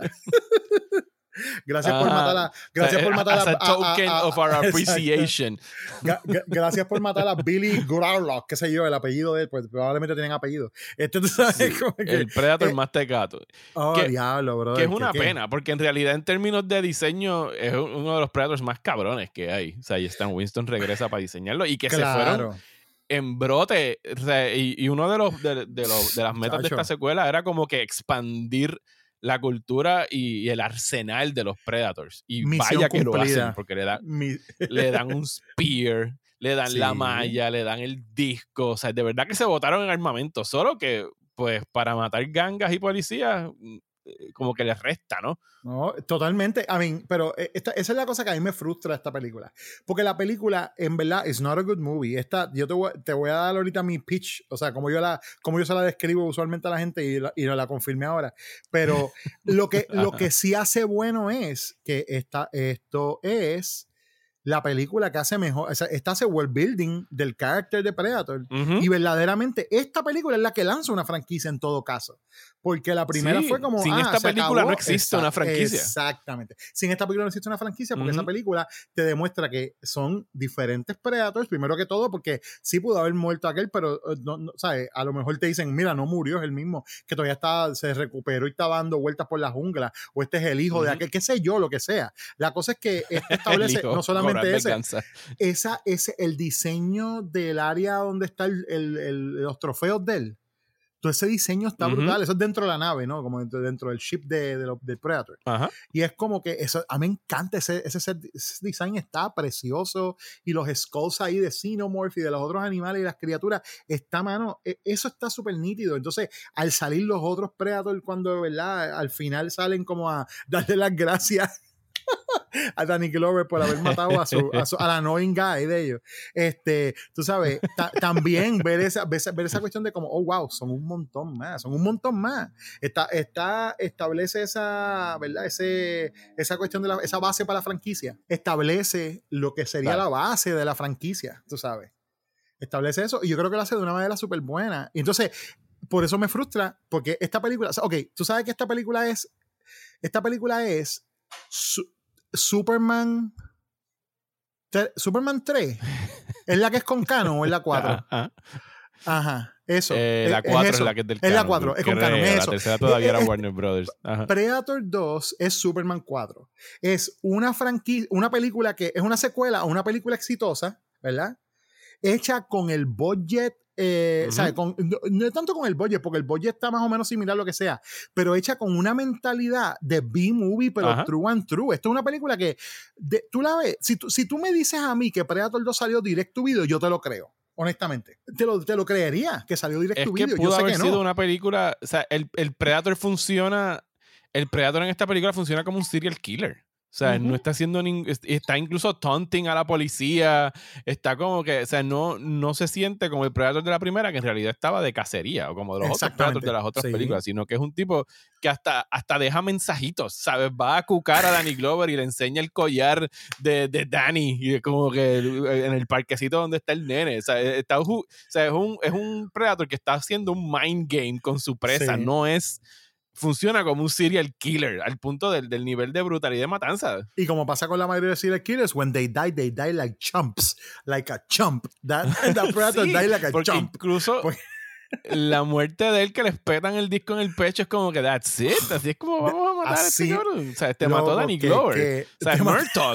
Gracias por matar a... Gracias o sea, por matar as a... a token a, a, a of our appreciation. Ga, ga, gracias por matar a Billy Growlock, qué sé yo, el apellido de él, pues probablemente tienen apellido. Este, tú sabes, Sí, como que, el Predator eh, más tecato. Oh, que, diablo, bro. que es una ¿qué? pena, porque en realidad en términos de diseño es uno de los Predators más cabrones que hay. O sea, y Stan Winston regresa para diseñarlo y que claro. se fueron en brote. O sea, y, y uno de los de, de, los, de las metas Chacho. de esta secuela era como que expandir la cultura y, y el arsenal de los Predators. Y Misión vaya que cumplida. lo hacen, porque le, da, Mi... le dan un spear, le dan sí. la malla, le dan el disco. O sea, de verdad que se botaron en armamento. Solo que, pues, para matar gangas y policías, como que les resta, ¿no? No, totalmente. I mean, pero esta, esa es la cosa que a mí me frustra de esta película. Porque la película, en verdad, is not a good movie. Esta, yo te voy, te voy a dar ahorita mi pitch, o sea, como yo, la, como yo se la describo usualmente a la gente y, la, y la confirmé ahora. Pero lo que, lo que sí hace bueno es que esta, esto es la película que hace mejor, o sea, esta hace world building del carácter de Predator. Uh-huh. Y verdaderamente esta película es la que lanza una franquicia en todo caso. Porque la primera sí, fue como... sin ah, esta película acabó. no existe Exact- una franquicia. Exactamente. Sin esta película no existe una franquicia porque uh-huh. esa película te demuestra que son diferentes Predators, primero que todo, porque sí pudo haber muerto aquel, pero no, no, ¿sabes? A lo mejor te dicen, mira, no murió, es el mismo, que todavía está, se recuperó y está dando vueltas por la jungla, o este es el hijo uh-huh. de aquel, qué sé yo, lo que sea. La cosa es que esto establece hijo, no solamente ese, esa, ese, el diseño del área donde están el, el, el, los trofeos de él. Todo ese diseño está uh-huh. brutal. Eso es dentro de la nave, ¿no? Como dentro, dentro del ship de, de, de, del Predator. Uh-huh. Y es como que eso, a mí me encanta ese, ese, ese design, está precioso. Y los skulls ahí de Xenomorph y de los otros animales y las criaturas, está, mano, eso está súper nítido. Entonces, al salir los otros Predators, cuando, ¿verdad? Al final salen como a darle las gracias a Danny Glover por haber matado a, su, a, su, a la annoying guy de ellos. Este, tú sabes, ta, también ver esa, ver, esa, ver esa cuestión de como, oh, wow, son un montón más, son un montón más. Está, está, establece esa, ¿verdad? Ese, esa cuestión de la, esa base para la franquicia. Establece lo que sería claro. la base de la franquicia, tú sabes. Establece eso y yo creo que lo hace de una manera súper buena. Y entonces, por eso me frustra, porque esta película, o sea, ok, tú sabes que esta película es, esta película es Su- Superman te- Superman tres ¿es la que es con Canon o es la cuatro? Ajá, eso eh, es, la cuatro es, es la que es del es Canon, la cuatro, es con Canon, es eso. La tercera todavía es, era es, Warner Brothers. Ajá. Predator dos es Superman cuatro, es una franquicia, una película que es una secuela a una película exitosa, ¿verdad? Hecha con el budget Eh, uh-huh. ¿sabes? Con, no, no tanto con el budget, porque el budget está más o menos similar a lo que sea, pero hecha con una mentalidad de B-movie, pero uh-huh. true and true. Esto es una película que de, tú la ves, si tú, si tú me dices a mí que Predator dos salió direct to video, yo te lo creo, honestamente. Te lo, te lo creería que salió direct es to que video. Pudo yo sé haber que no. sido una película, o sea, el, el Predator funciona, el Predator en esta película funciona como un serial killer. O sea, uh-huh. no está haciendo ningún... Está incluso taunting a la policía. Está como que... O sea, no, no se siente como el Predator de la primera, que en realidad estaba de cacería, o como de los otros Predators de las otras sí. películas, sino que es un tipo que hasta, hasta deja mensajitos, ¿sabes? Va a cucar a Danny Glover y le enseña el collar de, de Danny, y como que en el parquecito donde está el nene. O sea, está, o sea es, un, es un Predator que está haciendo un mind game con su presa. Sí. No es... Funciona como un serial killer al punto del, del nivel de brutalidad y de matanza. Y como pasa con la mayoría de serial killers, when they die, they die like chumps. Like a chump. That, that Predator sí, die like a porque chump. Incluso, porque... la muerte de él, que les petan el disco en el pecho, es como que that's it. Así es como vamos a matar Así, a este cabrón. O sea, te loco, mató Danny que- Glover. que- o sea, es te ma- Murtaugh.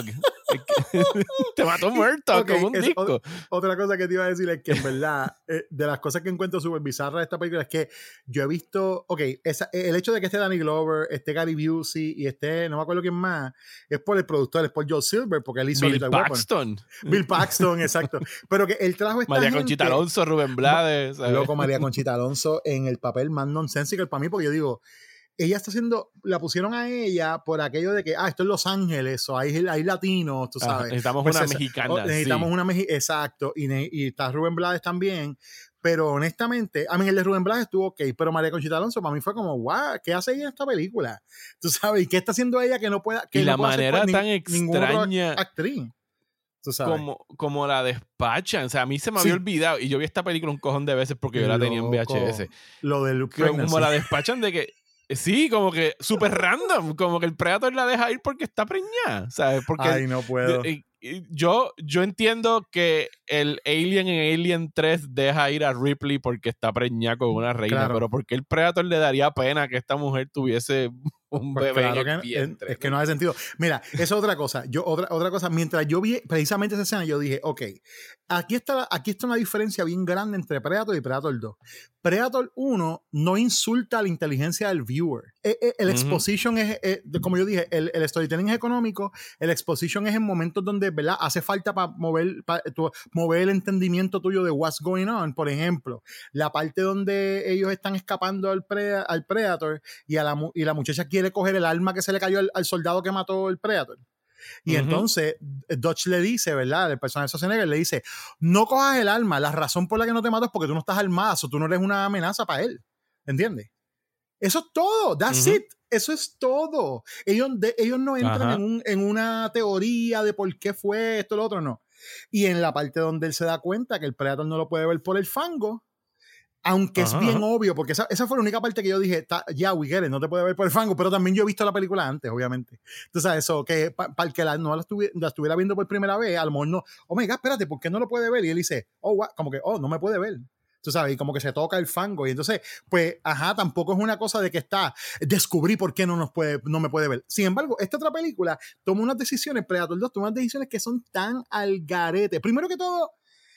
Te mató Murtaugh Ok, con un es disco. ot- Otra cosa que te iba a decir es que en verdad, eh, de las cosas que encuentro súper bizarras de esta película es que yo he visto, ok, esa, el hecho de que esté Danny Glover, esté Gary Busey y esté, no me acuerdo quién más, es por el productor, es por Joe Silver, porque él hizo Bill Little Weapon. Paxton. Bill Paxton, exacto. Pero que él trajo esta María gente, Conchita Alonso, Rubén Blades. ¿sabes? loco, María Conchita Alonso en el papel más nonsensical para mí, porque yo digo, ella está haciendo, la pusieron a ella por aquello de que, ah, esto es Los Ángeles, o hay, hay latinos, tú Ajá, sabes. necesitamos Pues una esa- mexicana. o- necesitamos sí. una mexicana, exacto, y, ne- y está Rubén Blades también, pero honestamente, a mí el de Rubén Blades estuvo ok, pero María Conchita Alonso para mí fue como, wow, ¿qué hace ella en esta película? Tú sabes, ¿y qué está haciendo ella que no pueda, que Y no la pueda hacer manera por tan ninguna otra extraña actriz? Tú sabes. como, como la despachan. O sea, a mí se me Sí. había olvidado. Y yo vi esta película un cojón de veces porque yo la tenía en V H S. Loco, lo del Que como pregnancy. la despachan de que sí, como que súper random, como que el Predator la deja ir porque está preñada, ¿sabes? Porque Ay, no puedo. de- y- y yo, yo entiendo que el Alien en Alien tres deja ir a Ripley porque está preñada con una reina, Claro. pero porque el Predator le daría pena que esta mujer tuviese un Pues bebé claro en el que- vientre. es que no hace sentido. Mira, esa es otra cosa. Yo, otra, otra cosa, mientras yo vi precisamente esa escena, yo dije, ok, aquí está, aquí está una diferencia bien grande entre Predator y Predator dos. Predator uno no insulta a la inteligencia del viewer. Eh, eh, El Ujú. exposition es, eh, como yo dije, el, el storytelling es económico, el exposition es en momentos donde, ¿verdad? Hace falta para mover, pa- tu- mover el entendimiento tuyo de what's going on. Por ejemplo, la parte donde ellos están escapando al, pre- al Predator y, a la, mu- y la muchacha quiere coger el arma que se le cayó al, al soldado que mató el Predator. Y Ujú. entonces Dutch le dice, ¿verdad? El personaje de Schwarzenegger le dice, no cojas el arma, la razón por la que no te mato es porque tú no estás armada, o tú no eres una amenaza para él. ¿Entiendes? Eso es todo, that's Ujú. it. Eso es todo. Ellos, de- ellos no entran Ajá. en, un- en una teoría de por qué fue esto, lo otro, no. Y en la parte donde él se da cuenta que el Predator no lo puede ver por el fango, aunque Ajá, es bien ajá. obvio, porque esa, esa fue la única parte que yo dije, "Ta- ya, we get it, no te puede ver por el fango", pero también yo he visto la película antes, obviamente. Entonces, eso, que para el que la, no la, estuvi- la estuviera viendo por primera vez, a lo mejor no, oh my God, espérate, ¿por qué no lo puede ver? Y él dice, oh, what? Como que, oh, no me puede ver. Tú sabes, y como que se toca el fango. Y entonces, pues, ajá, tampoco es una cosa de que está, descubrí por qué no, nos puede, no me puede ver. Sin embargo, esta otra película toma unas decisiones, Predator dos toma unas decisiones que son tan al garete. Primero que todo,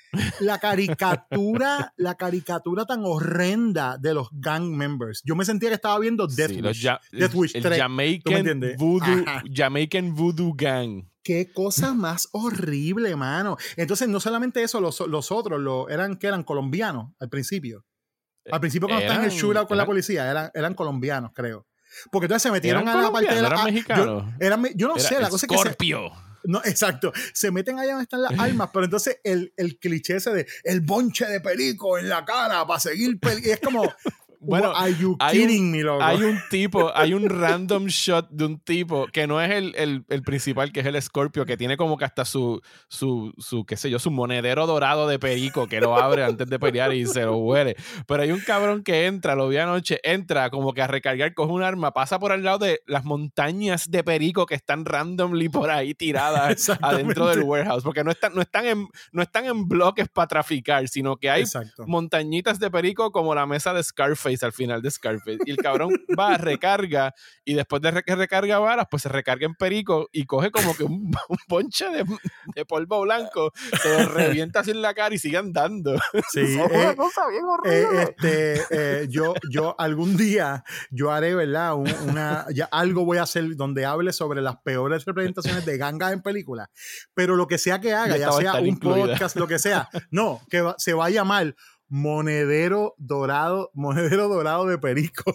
la caricatura, la caricatura tan horrenda de los gang members. Yo me sentía que estaba viendo Death Sí, los Wish. ja- Death Wish el tres. ¿Tú me Jamaican entiendes? Voodoo, Ajá. Jamaican Voodoo Gang. Qué cosa más horrible, mano. Entonces, no solamente eso, los, los otros los, eran que eran colombianos al principio. Al principio, cuando estaban en el Eran- shootout con la eran- policía, eran, eran colombianos, creo. Porque entonces se metieron Eran a la parte de la. colombianos, eran ah, mexicanos. Yo, eran me- yo no Era sé, la cosa es que. se- Scorpio. No, exacto. Se meten allá donde están las armas, pero entonces el, el cliché ese de el bonche de perico en la cara para seguir peli- y es como, Bueno, are you hay un- kidding me, loco? Hay un tipo, hay un random shot de un tipo que no es el, el, el principal, que es el Scorpio, que tiene como que hasta su, su, su, qué sé yo, su monedero dorado de perico que lo abre antes de pelear y se lo huele. Pero hay un cabrón que entra, lo vi anoche, entra como que a recargar, coge un arma, pasa por al lado de las montañas de perico que están randomly por ahí tiradas Exactamente. adentro del warehouse, porque no están, no están en, no están en bloques para traficar, sino que hay Exacto. montañitas de perico como la mesa de Scarface al final de Scarface. Y el cabrón va, recarga, y después de que recarga balas, pues se recarga en perico y coge como que un, un ponche de, de polvo blanco, se lo revienta así en la cara y sigue andando. Sí, Es eh, una cosa bien horrible. Eh, este, eh, yo, yo algún día yo haré, ¿verdad? Un- una, ya algo voy a hacer donde hable sobre las peores representaciones de gangas en películas. Pero lo que sea que haga, Y ya esta va a sea estar un incluida. podcast, lo que sea, no, que va- se va a llamar Monedero Dorado, Monedero Dorado de Perico.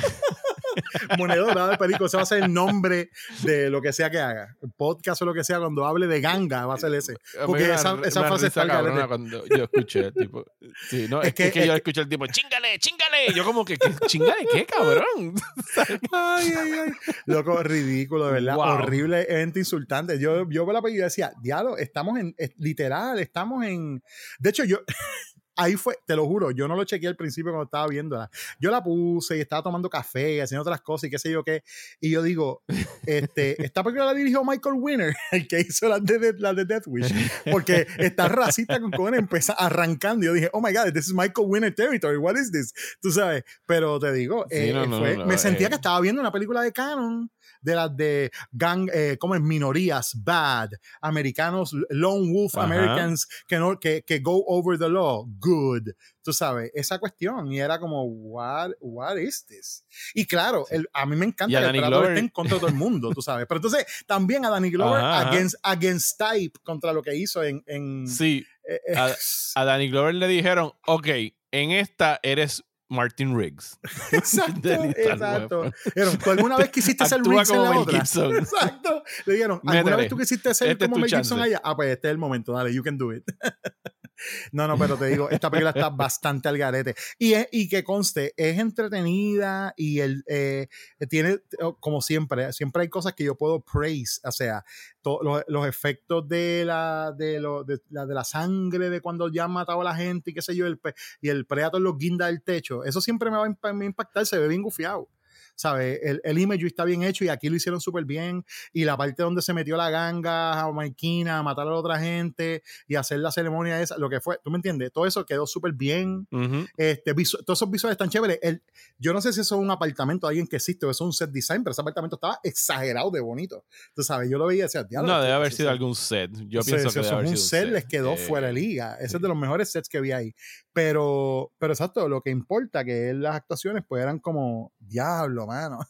Monedero Dorado de Perico, ese va a ser el nombre de lo que sea que haga. El podcast o lo que sea, cuando hable de ganga, va a ser ese. A mí Porque me da esa, esa una frase risa está al cabrona garete. cuando yo escuché, tipo, sí, no, Es es, que, que- es que es yo que- escuché el tipo, chingale, chingale, yo como que, ¿qué, chingale qué, cabrón? Ay, ay, ay. Loco, ridículo, de verdad. Wow. Horrible, gente insultante. Yo, yo veo la película y decía, diablo, estamos en, es- literal, estamos en. De hecho, yo. ahí fue, te lo juro, yo no lo chequeé al principio cuando estaba viéndola. Yo la puse y estaba tomando café y haciendo otras cosas y qué sé yo qué. Y yo digo, este, esta película la dirigió Michael Winner, el que hizo la de, la de Death Wish, porque está racista con Cohen, empieza arrancando. Yo dije, oh my God, this is Michael Winner territory, what is this? Tú sabes, pero te digo, sí, eh, no, no, fue, no, me eh. sentía que estaba viendo una película de canon, de las de gang, eh, como es minorías, bad, americanos, lone wolf Ajá. Americans que, no, que, que go over the law, good, tú sabes, esa cuestión, y era como, what, what is this? Y claro, Sí. el, a mí me encanta Y a que el Danny Predator Glover esté en contra de todo el mundo, tú sabes, pero entonces también a Danny Glover Ajá, ajá. against, against type contra lo que hizo en... en Sí, eh, eh, a, a Danny Glover le dijeron, ok, en esta eres Martin Riggs. Exacto, De Lethal exacto. Weapon. Dijeron, ¿tú alguna vez quisiste ser Actúa Riggs en como la Mel otra? Gibson. Exacto. Le dijeron, ¿alguna Métele. vez tú quisiste ser Este es como tu Mel Gibson chance. allá? Ah, pues este es el momento, dale, you can do it. No, no, pero te digo, esta película está bastante al garete. Y, es, y que conste, es entretenida y el, eh, tiene, como siempre, siempre hay cosas que yo puedo praise, o sea, to, los, los efectos de la, de, lo, de, la, de la sangre, de cuando ya han matado a la gente y qué sé yo, el, y el Predator los guinda del techo, eso siempre me va a impactar, se ve bien gufiado. ¿Sabes? El, el imagery está bien hecho y aquí lo hicieron súper bien. Y la parte donde se metió la ganga jamaiquina a matar a la otra gente y hacer la ceremonia esa, lo que fue, ¿tú me entiendes? Todo eso quedó súper bien. Uh-huh. Este, visu- todos esos visuales están chéveres. El, yo no sé si eso es un apartamento de alguien que existe o eso es un set design, pero ese apartamento estaba exagerado de bonito. Tú sabes, yo lo veía y decía, diablo. No, debe haber eso, sido eso, algún set. Yo eso, pienso eso, que debe eso haber es un sido set, un set. les quedó Eh, fuera de liga. Ese sí. es de los mejores sets que vi ahí. Pero, pero exacto, lo que importa que las actuaciones pues eran como, diablo, mano.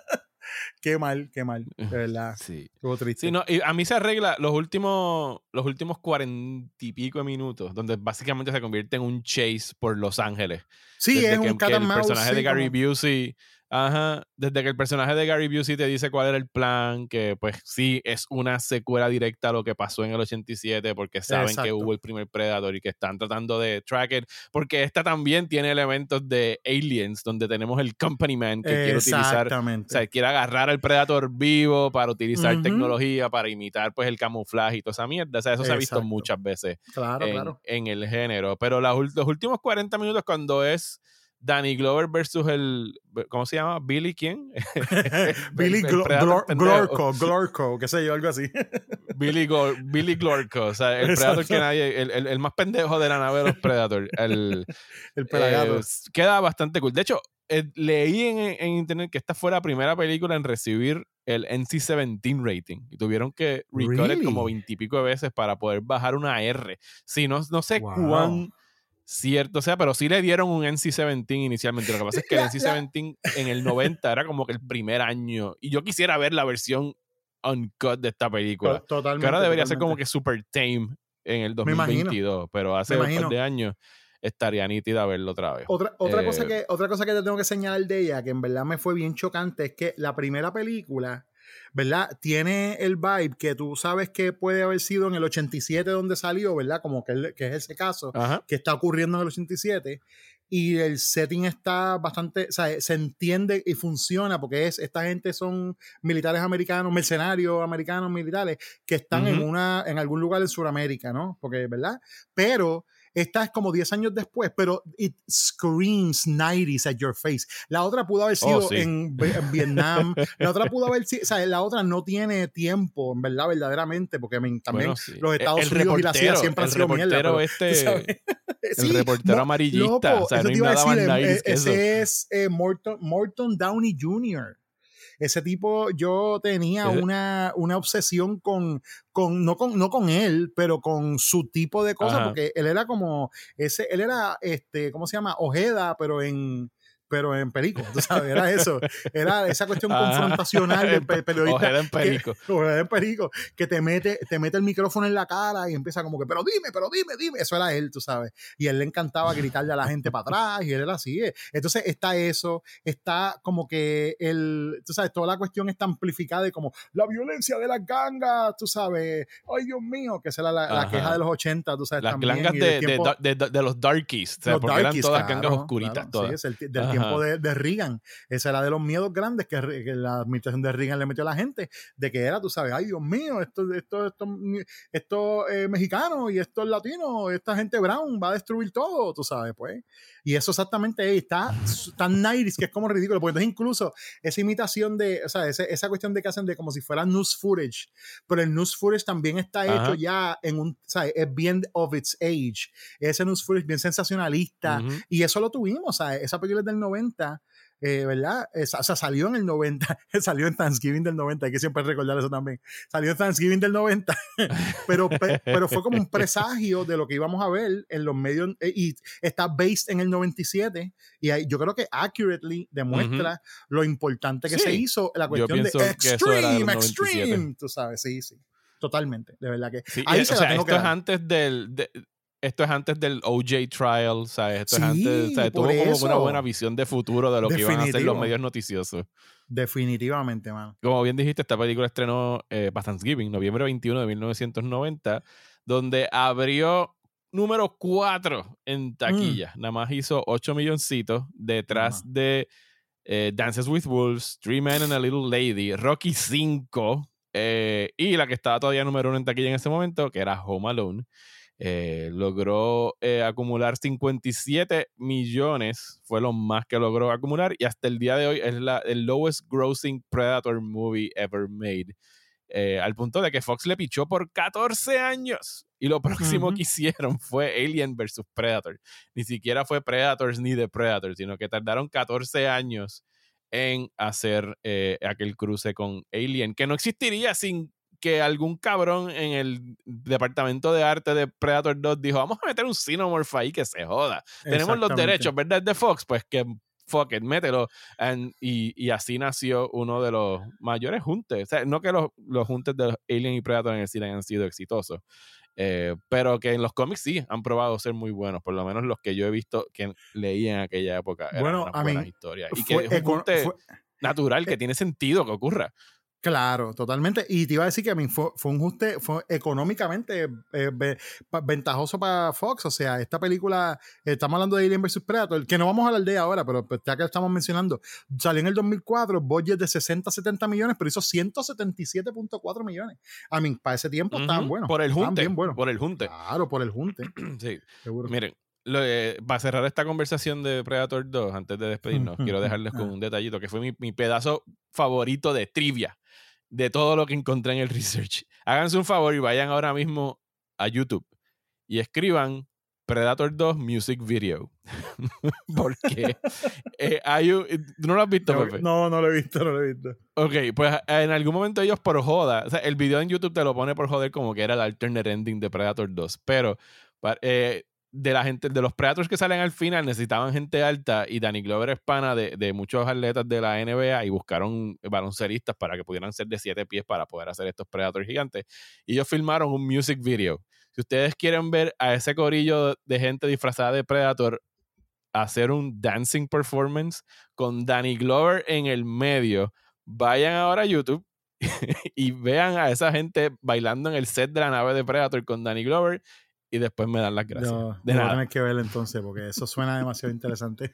Qué mal, qué mal, de verdad. Sí. Estuvo triste. Sí, no, y a mí se arregla los últimos los últimos cuarenta y pico de minutos, donde básicamente se convierte en un chase por Los Ángeles. Sí, Desde es que, un que cat el and mouse, personaje sí, de Gary como- Busey, ajá, desde que el personaje de Gary Busey te dice cuál era el plan, que pues sí, es una secuela directa a lo que pasó en el ochenta y siete, porque saben Exacto. que hubo el primer Predator y que están tratando de track it, porque esta también tiene elementos de Aliens, donde tenemos el Company Man que quiere utilizar, o Exactamente. sea, quiere agarrar al Predator vivo para utilizar Ujú. tecnología, para imitar pues el camuflaje y toda esa mierda. O sea, eso se ha visto Exacto. muchas veces Claro, en, claro. en el género. Pero la ul- los últimos cuarenta minutos cuando es Danny Glover versus el, ¿cómo se llama? ¿Billy quién? Billy el Glo- Predator Glor- pendejo. Glorco, Glorco, qué sé yo, algo así. Billy, Go- Billy Glorco, o sea, el Predator Exacto. que nadie, el, el, el más pendejo de la nave de los Predator. El, El pelagato. eh, queda bastante cool. De hecho, eh, leí en, en internet que esta fue la primera película en recibir el N C diecisiete rating y tuvieron que record it Really? como veintipico de veces para poder bajar una R. Sí, no, no sé Wow. cuán cierto sea, pero sí le dieron un N C diecisiete inicialmente. Lo que pasa es que el La- N C diecisiete en el noventa era como que el primer año y yo quisiera ver la versión uncut de esta película. To- Totalmente. Que ahora debería ser totalmente. como que super tame en el dos Me mil imagino. veintidós, pero hace Me un par imagino. de años estaría nítida verlo otra vez. Otra, otra, Eh, cosa que, otra cosa que te tengo que señalar de ella, que en verdad me fue bien chocante, es que la primera película, ¿verdad? Tiene el vibe que tú sabes que puede haber sido en el ochenta y siete donde salió, ¿verdad? Como que, el- que es ese caso, Ajá. que está ocurriendo en el ochenta y siete. Y el setting está bastante, o sea, se entiende y funciona porque es, esta gente son militares americanos, mercenarios americanos militares que están en Ujú. una, en algún lugar en Sudamérica, ¿no? Porque, ¿verdad? Pero esta es como diez años después, pero it screams nineties at your face. La otra pudo haber sido Oh, sí. en, en Vietnam. La otra pudo haber sido, o sea, la otra no tiene tiempo, en verdad, verdaderamente, porque me- también Bueno, sí. los Estados El Unidos y la C I A reportero, siempre han el sido mierda. reportero pero, este- ¿tú sabes? el Sí, reportero mo- amarillista, loco, o sea, eso no te hay iba a nada más decir, eh, nineties que ese eso. es eh, Morton, Morton Downey junior Ese tipo, yo tenía Ese- una, una obsesión con, con, no con, no con él, pero con su tipo de cosas, Ajá. porque él era como, ese, él era, este, ¿cómo se llama? Ojeda, pero en, pero en perico, tú sabes, era eso, era esa cuestión Ajá. confrontacional del pe- periodista. Ojeda en perico. Que, Ojeda en perico, que te mete, te mete el micrófono en la cara y empieza como que, pero dime, pero dime, dime, eso era él, tú sabes, y a él le encantaba gritarle a la gente para atrás, y él era así, eh. Entonces está eso, está como que el, tú sabes, toda la cuestión está amplificada de como la violencia de las gangas, tú sabes, ay Dios mío, que esa era la, la Ajá. queja de los ochenta, tú sabes, Las también, gangas y de, del de, tiempo- de, de- de los darkies, o sea, los porque eran darkies, todas claro, gangas oscuritas claro, todas. sí, es el, del Ajá. tiempo de, de Reagan. Ese era de los miedos grandes que, que la administración de Reagan le metió a la gente, de que era, tú sabes, ay Dios mío, esto, esto, esto, esto es mexicano y esto es latino, esta gente brown va a destruir todo, tú sabes, pues. Y eso exactamente ahí está tan nineties que es como ridículo, porque entonces incluso esa imitación de, o sea, ese, esa cuestión de que hacen de como si fuera news footage, pero el news footage también está Ajá. hecho ya en un, o sea, es bien of its age, ese news footage bien sensacionalista, uh-huh. y eso lo tuvimos, o sea, esa película es del noventa, eh, ¿verdad? Es, o sea, salió en el noventa, salió en Thanksgiving del noventa, hay que siempre recordar eso también, salió en Thanksgiving del noventa, pero, pe, pero fue como un presagio de lo que íbamos a ver en los medios, eh, y está based en el noventa y siete, y hay, yo creo que accurately demuestra uh-huh. lo importante que sí. se hizo, la cuestión de extreme, extreme, tú sabes, sí, sí, totalmente, de verdad que sí, ahí y, se o la sea, tengo esto que es dar. antes del... De, Esto es antes del O J trial, ¿sabes? Esto sí, es antes, ¿sabes? Tuvo como eso. Una buena visión de futuro de lo Definitivo. que iban a hacer los medios noticiosos. Definitivamente, mano. Como bien dijiste, esta película estrenó eh, para Thanksgiving, noviembre veintiuno de mil novecientos noventa, donde abrió número cuatro en taquilla. Mm. Nada más hizo ocho milloncitos detrás uh-huh. de eh, Dances with Wolves, Three Men and a Little Lady, Rocky cinco, eh, y la que estaba todavía número uno en taquilla en ese momento, que era Home Alone. Eh, logró eh, acumular cincuenta y siete millones, fue lo más que logró acumular, y hasta el día de hoy es la, el lowest grossing Predator movie ever made, eh, al punto de que Fox le pichó por catorce años y lo próximo uh-huh. que hicieron fue Alien versus Predator. Ni siquiera fue Predators ni The Predator, sino que tardaron catorce años en hacer eh, aquel cruce con Alien, que no existiría sin que algún cabrón en el departamento de arte de Predator dos dijo, vamos a meter un Xenomorph ahí que se joda. Tenemos los derechos, ¿verdad? De Fox, pues que fuck it, mételo. And, y, y así nació uno de los mayores juntes. O sea, no que los, los juntes de Alien y Predator en el cine hayan sido exitosos, eh, pero que en los cómics sí han probado ser muy buenos, por lo menos los que yo he visto que leí en aquella época. Eran bueno, unas buenas mí, historias. Y que es un junte fue, natural, que eh, tiene sentido que ocurra. Claro, totalmente. Y te iba a decir que a mí fue, fue un ajuste, fue económicamente eh, be, ventajoso para Fox. O sea, esta película, eh, estamos hablando de Alien versus Predator, que no vamos a hablar de ahora, pero ya que lo estamos mencionando, salió en el dos mil cuatro, budget de sesenta a setenta millones, pero hizo ciento setenta y siete punto cuatro millones. A mí, para ese tiempo uh-huh. estaban buenos. Por el junte. Bien buenos. Por el junte. Claro, por el junte. Sí. Seguro. Miren, Lo, eh, para cerrar esta conversación de Predator dos, antes de despedirnos, quiero dejarles con un detallito que fue mi, mi pedazo favorito de trivia de todo lo que encontré en el research. Háganse un favor y vayan ahora mismo a YouTube y escriban Predator dos Music Video. Porque eh, hay un... ¿No lo has visto, no, Pepe? No, no lo he visto, no lo he visto. Ok, pues en algún momento ellos por joda, o sea, el video en YouTube te lo pone por joder como que era el alternate ending de Predator dos, pero eh, de la gente, de los Predators que salen al final necesitaban gente alta, y Danny Glover es pana de, de muchos atletas de la N B A y buscaron baloncelistas para que pudieran ser de siete pies para poder hacer estos Predators gigantes, y ellos filmaron un music video. Si ustedes quieren ver a ese corillo de gente disfrazada de Predator hacer un dancing performance con Danny Glover en el medio, vayan ahora a YouTube y vean a esa gente bailando en el set de la nave de Predator con Danny Glover, y después me dan las gracias. No, de no nada. Tienes que verlo entonces, porque eso suena demasiado interesante.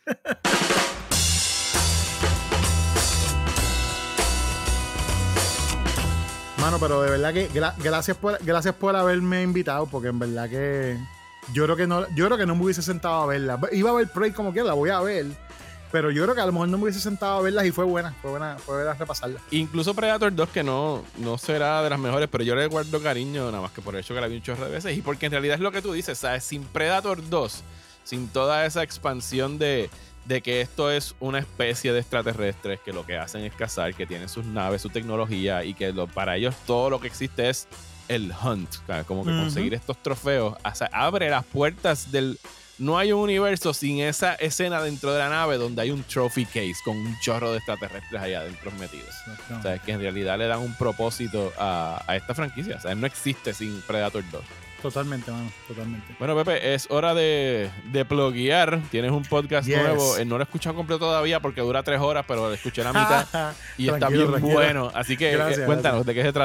Mano, pero de verdad que gra- gracias por gracias por haberme invitado, porque en verdad que yo creo que no yo creo que no me hubiese sentado a verla. Iba a ver Prey como quiera, la voy a ver, pero yo creo que a lo mejor no me hubiese sentado a verlas, y fue buena, fue buena, fue buena repasarla. Incluso Predator dos, que no, no será de las mejores, pero yo le guardo cariño nada más que por el hecho que la vi un chorro de veces, y porque en realidad es lo que tú dices, ¿sabes? Sin Predator dos, sin toda esa expansión de, de que esto es una especie de extraterrestres que lo que hacen es cazar, que tienen sus naves, su tecnología, y que lo, para ellos todo lo que existe es el hunt, como que uh-huh. conseguir estos trofeos, o sea, abre las puertas del... No hay un universo sin esa escena dentro de la nave donde hay un trophy case con un chorro de extraterrestres allá adentro metidos. No. O sea, es que en realidad le dan un propósito a, a esta franquicia. O sea, no existe sin Predator dos. Totalmente, mano, totalmente. Bueno, Pepe, es hora de, de pluguear. Tienes un podcast yes. nuevo. Eh, no lo he escuchado completo todavía porque dura tres horas, pero lo escuché la mitad y está bien tranquilo. Bueno. Así que eh, cuéntanos, gracias. ¿De qué se trata?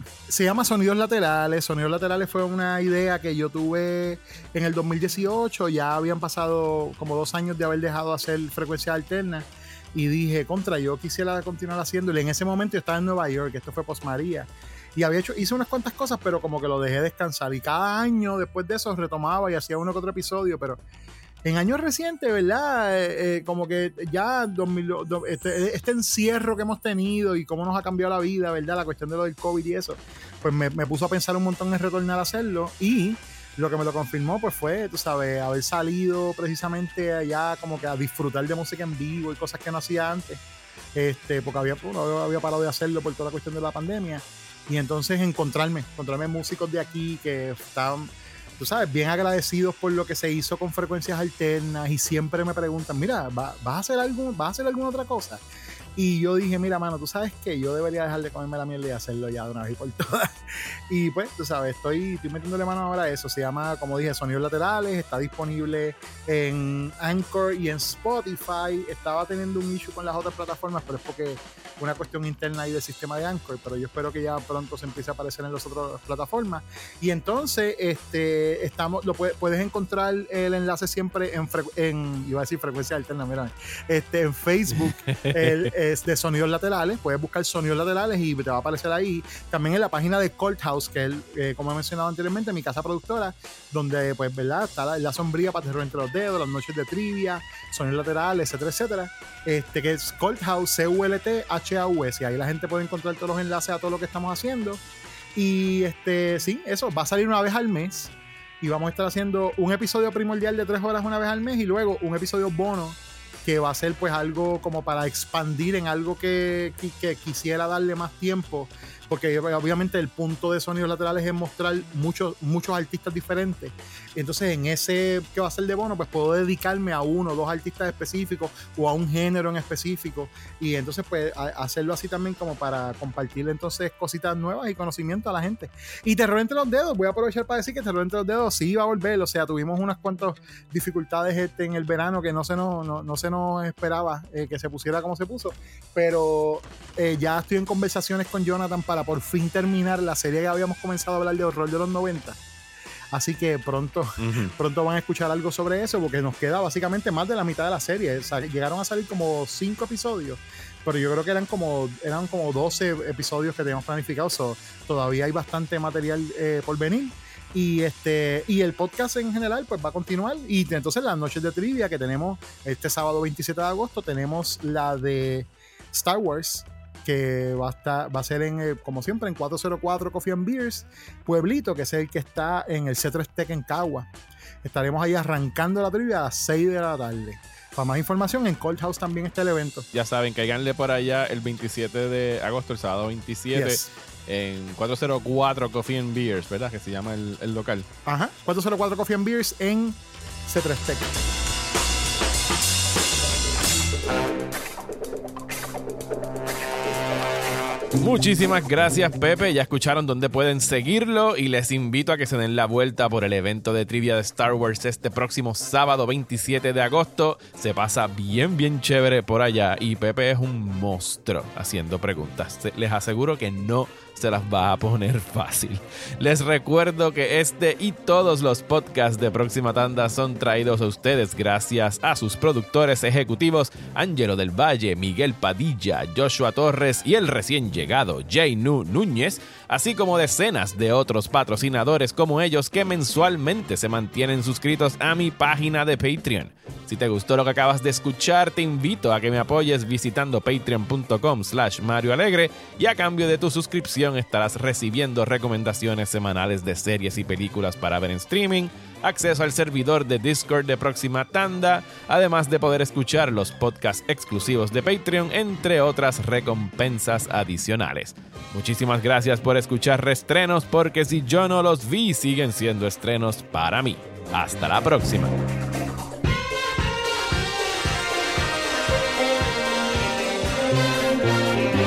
Se llama Sonidos Laterales. Sonidos Laterales fue una idea que yo tuve en el dos mil dieciocho. Ya habían pasado como dos años de haber dejado de hacer frecuencias alternas. Y dije, contra, yo quisiera continuar haciéndolo. En ese momento yo estaba en Nueva York, esto fue post María. Y había hecho, hice unas cuantas cosas, pero como que lo dejé descansar. Y cada año después de eso retomaba y hacía uno que otro episodio. Pero en años recientes, ¿verdad? Eh, eh, como que ya dos mil, do, este, este encierro que hemos tenido y cómo nos ha cambiado la vida, ¿verdad? La cuestión de lo del COVID y eso, pues me, me puso a pensar un montón en retornar a hacerlo. Y lo que me lo confirmó pues fue, tú sabes, haber salido precisamente allá como que a disfrutar de música en vivo y cosas que no hacía antes, este, porque había, bueno, había parado de hacerlo por toda la cuestión de la pandemia. Y entonces encontrarme, encontrarme músicos de aquí que estaban, tú sabes, bien agradecidos por lo que se hizo con frecuencias alternas y siempre me preguntan, mira, ¿vas a hacer algo, vas a hacer alguna otra cosa? Y yo dije, mira, mano, tú sabes que yo debería dejar de comerme la mierda y hacerlo ya de una vez y por todas. Y pues, tú sabes, estoy, estoy metiéndole mano ahora a eso. Se llama, como dije, Sonidos Laterales. Está disponible en Anchor y en Spotify. Estaba teniendo un issue con las otras plataformas, pero es porque una cuestión interna ahí del sistema de Anchor. Pero yo espero que ya pronto se empiece a aparecer en las otras plataformas. Y entonces, este, estamos, lo puedes, puedes encontrar el enlace siempre en, en iba a decir frecuencia alterna, mira, este, en Facebook. el, es de Sonidos Laterales, puedes buscar Sonidos Laterales y te va a aparecer ahí. También en la página de Cold House, que es, eh, como he mencionado anteriormente, mi casa productora, donde, pues, ¿verdad? Está la, la sombría para terror entre los dedos, las noches de trivia, Sonidos Laterales, etcétera, etcétera. Este, que es Cold House, C U L T H A U S. Y ahí la gente puede encontrar todos los enlaces a todo lo que estamos haciendo. Y, este, sí, eso va a salir una vez al mes. Y vamos a estar haciendo un episodio primordial de tres horas una vez al mes y luego un episodio bono que va a ser pues algo como para expandir en algo que, que, que quisiera darle más tiempo, porque obviamente el punto de Sonidos Laterales es mostrar muchos, muchos artistas diferentes. Entonces en ese que va a ser de bono, pues puedo dedicarme a uno o dos artistas específicos o a un género en específico, y entonces pues a, hacerlo así también como para compartir entonces cositas nuevas y conocimiento a la gente. Y Terror entre los dedos, voy a aprovechar para decir que Terror entre los dedos sí va a volver. O sea, tuvimos unas cuantas dificultades este, en el verano que no se nos, no, no se nos esperaba eh, que se pusiera como se puso, pero eh, ya estoy en conversaciones con Jonathan para por fin terminar la serie que habíamos comenzado a hablar de horror de los noventa. Así que pronto, uh-huh. pronto van a escuchar algo sobre eso, porque nos queda básicamente más de la mitad de la serie. O sea, llegaron a salir como cinco episodios, pero yo creo que eran como, eran como doce episodios que teníamos planificados. So, todavía hay bastante material eh, por venir. Y este y el podcast en general pues va a continuar. Y entonces las noches de trivia que tenemos este sábado veintisiete de agosto, tenemos la de Star Wars, que va a estar, va a ser en, como siempre, en cuatrocientos cuatro Coffee and Beers Pueblito, que es el que está en el C tres Tech en Cagua. Estaremos ahí arrancando la trivia a las seis de la tarde. Para más información, en Cold House también está el evento. Ya saben, cáiganle por allá el veintisiete de agosto, el sábado veintisiete, yes. En cuatrocientos cuatro Coffee and Beers, ¿verdad? Que se llama el, el local. Ajá, cuatrocientos cuatro Coffee and Beers en C tres Tech. Muchísimas gracias, Pepe. Ya escucharon dónde pueden seguirlo y les invito a que se den la vuelta por el evento de trivia de Star Wars este próximo sábado veintisiete de agosto. Se pasa bien, bien chévere por allá y Pepe es un monstruo haciendo preguntas. Les aseguro que no se las va a poner fácil. Les recuerdo que este y todos los podcasts de Próxima Tanda son traídos a ustedes gracias a sus productores ejecutivos Ángelo del Valle, Miguel Padilla, Joshua Torres y el recién llegado Jaynu Núñez, así como decenas de otros patrocinadores como ellos que mensualmente se mantienen suscritos a mi página de Patreon. Si te gustó lo que acabas de escuchar, te invito a que me apoyes visitando patreon.com slash Mario Alegre y a cambio de tu suscripción estarás recibiendo recomendaciones semanales de series y películas para ver en streaming, acceso al servidor de Discord de Próxima Tanda, además de poder escuchar los podcasts exclusivos de Patreon, entre otras recompensas adicionales. Muchísimas gracias por escuchar Reestrenos, porque si yo no los vi, siguen siendo estrenos para mí. Hasta la próxima. Yeah.